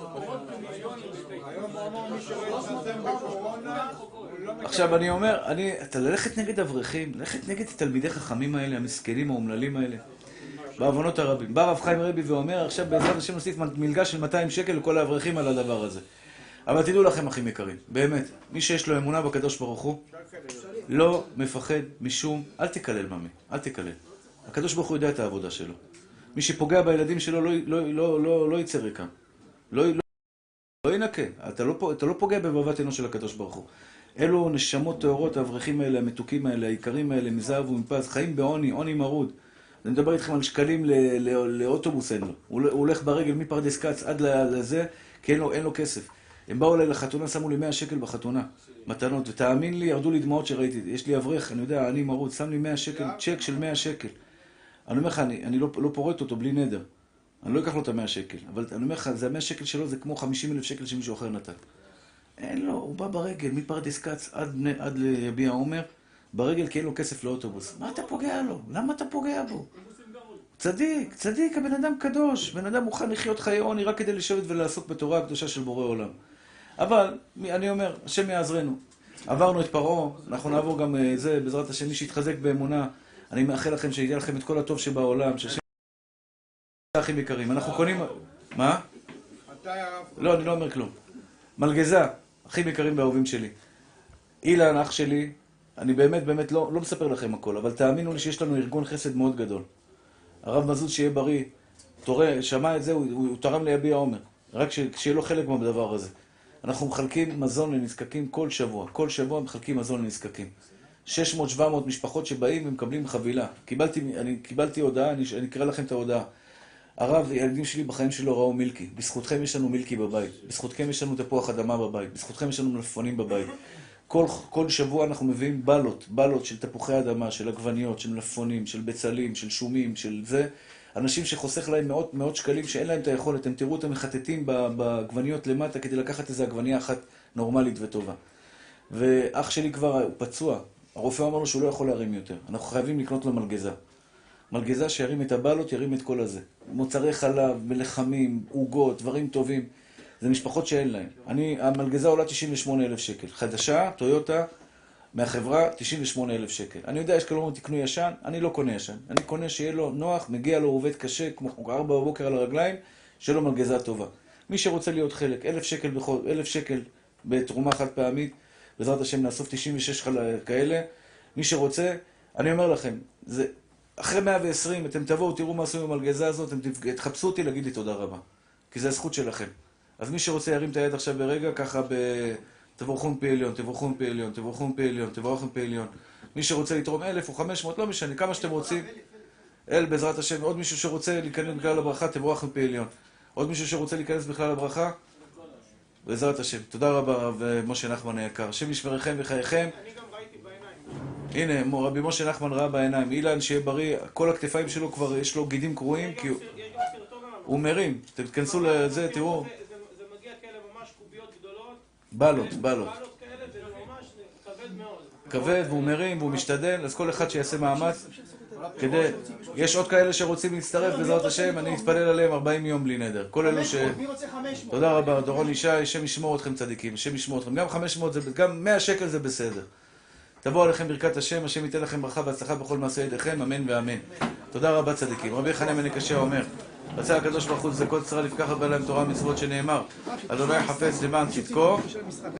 עכשיו אני אומר, אתה ללכת נגד אברכים, ללכת נגד תלמידי חכמים האלה, המסכנים, האומללים האלה, בעוונות הרבים. בא רב חיים רבי ואומר, עכשיו בעזרת השם נוסיף מלגה של מאתיים שקל לכל האברכים על הדבר הזה. אבל תדעו לכם, אחים יקרים, באמת, מי שיש לו אמונה בקדוש ברוך הוא, לא מפחד משום, אל תקלל ממי, אל תקלל. הקדוש ברוך הוא יודע את העבודה שלו. מי שפוגע בילדים שלו לא, לא, לא, לא, לא יצא ריקם. לא, לא, לא ינקה. אתה לא, אתה לא פוגע בבבת אנוש של הקדוש ברוך הוא. אלו נשמות טהורות, האברכים האלה, המתוקים האלה, העיקרים האלה, מזהב ומפז, חיים בעוני, עוני מרוד. אני מדבר איתכם על שקלים לאוטובוס אין לו. הוא הולך ברגל מפרדס כץ עד לזה, כי אין לו, אין לו כסף. הם באו אליי לחתונה, שמו לי מאה שקל בחתונה, מתנות, ותאמין לי, ירדו לי דמעות שראיתי. יש לי אברך, אני יודע, אני מרוד, שם לי מאה שקל, צ'ק של מאה שקל. אני אומר לך, אני, אני לא, לא פורט אותו בלי נדר. אני לא אקח לו את המאה שקל. אבל אני אומר לך, זה המאה שקל שלו, זה כמו חמישים אלף שקל שמישהו אחר נתן. אין לו, הוא בא ברגל, מפרדס כץ עד, עד ליביע עומר, ברגל כי אין לו כסף לאוטובוס. מה אתה פוגע לו? למה אתה פוגע בו? צדיק, צדיק, הבן אדם קדוש. בן אדם מוכן לחיות חיי עוני רק כדי לשבת ולעסוק בתורה הקדושה של בורא עולם. אבל, אני אומר, השם יעזרנו. עברנו את פרעה, אנחנו נעבור גם זה, בעזרת השם, מי שיתחזק באמונה. אני מאחל לכם שידע לכם את כל הטוב שבעולם, שהשם... אחים יקרים, אנחנו קונים... מה? לא, אני לא אומר כלום. מלגזה, אחים יקרים ואהובים שלי. אילן, אח שלי, אני באמת באמת לא, לא מספר לכם הכל, אבל תאמינו לי שיש לנו ארגון חסד מאוד גדול. הרב מזוז שיהיה בריא, תורא, שמע את זה, הוא, הוא, הוא תרם ליביע עומר. רק ש, שיהיה לו חלק בדבר הזה. אנחנו מחלקים מזון לנזקקים כל שבוע. כל שבוע מחלקים מזון לנזקקים. שש מאות שבע מאות משפחות שבאים ומקבלים חבילה. קיבלתי, אני קיבלתי הודעה, אני, אני אקרא לכם את ההודעה. הרב, הילדים שלי בחיים שלו ראו מילקי. בזכותכם יש לנו מילקי בבית. בזכותכם יש לנו תפוח אדמה בבית. בזכותכם יש לנו מלפפונים בבית. כל, כל שבוע אנחנו מביאים בלות, בלות של תפוחי אדמה, של עגבניות, של מלפפונים, של בצלים, של שומים, של זה. אנשים שחוסך להם מאות, מאות שקלים, שאין להם את היכולת, הם תראו אותם מחטטים בעגבניות למטה כדי לקחת איזו עגבנייה אחת נורמלית וטובה. ואח שלי כבר הוא פצוע, הרופא אמר לו שהוא לא יכול להרים יותר. אנחנו חייבים לקנות לו מלגזה. מלגזה שירים את הבלות, ירים את כל הזה. מוצרי חלב, מלחמים, עוגות, דברים טובים. זה משפחות שאין להם. אני, המלגזה עולה תשעים ושמונה אלף שקל. חדשה, טויוטה, מהחברה, תשעים ושמונה אלף שקל. אני יודע, יש כאלה תקנו ישן, אני לא קונה ישן. אני קונה שיהיה לו נוח, מגיע לו, עובד קשה, כמו ארבע בבוקר על הרגליים, שיהיה לו מלגזה טובה. מי שרוצה להיות חלק, אלף שקל, בכל, אלף שקל בתרומה חד פעמית, בעזרת השם נאסוף תשעים ושש כאלה. מי שרוצה, אני אומר לכם, זה, אחרי מאה ועשרים, אתם תבואו, תראו מה עשו עם המלגזה הזאת, אתם תחפשו אותי להגיד לי תודה רבה. כי זה הזכות שלכם. אז מי שרוצה ירים את היד עכשיו ברגע, ככה ב... תבורכון פי עליון, תבורכון פי עליון, תבורכון פי עליון, תבורכון פי עליון. מי שרוצה לתרום אלף או חמש מאות, לא משנה, כמה שאתם רוצים. אל בעזרת השם, עוד מישהו שרוצה להיכנס בכלל לברכה, תבורכון פי עליון. עוד מישהו שרוצה להיכנס בכלל לברכה, בעזרת השם. תודה רבה רב משה נחמן היקר. השם ישמרכם וחייכם. אני גם ראיתי בעיניים. הנה, רבי משה נחמן ראה בעיניים. אילן שיהיה בריא, כל הכתפיים שלו כבר יש לו גידים קרועים, כי הוא... הוא מרים. אתם תכנסו לזה, תראו. זה מגיע כאלה ממש קוביות גדולות. בלות, בלות. בלות כאלה, זה ממש כבד מאוד. כבד והוא מרים והוא משתדל, אז כל אחד שיעשה מאמץ כדי... יש עוד כאלה שרוצים להצטרף, בעזרת השם, אני אתפלל עליהם ארבעים יום בלי נדר. כל אלו ש... תודה רבה, דורון ישי, השם ישמור אתכם צדיקים, השם ישמור אתכם. גם חמש מאות, גם מאה שקל זה בסדר. תבוא עליכם ברכת השם, השם ייתן לכם ברכה והצלחה בכל מעשה ידיכם, אמן ואמן. תודה רבה צדיקים. רבי חניה בן קשיא אומר, רצה הקדוש ברוך הוא לזכות ישראל לפקח בלהם תורה ומצוות שנאמר, אדוני חפץ למען צדקו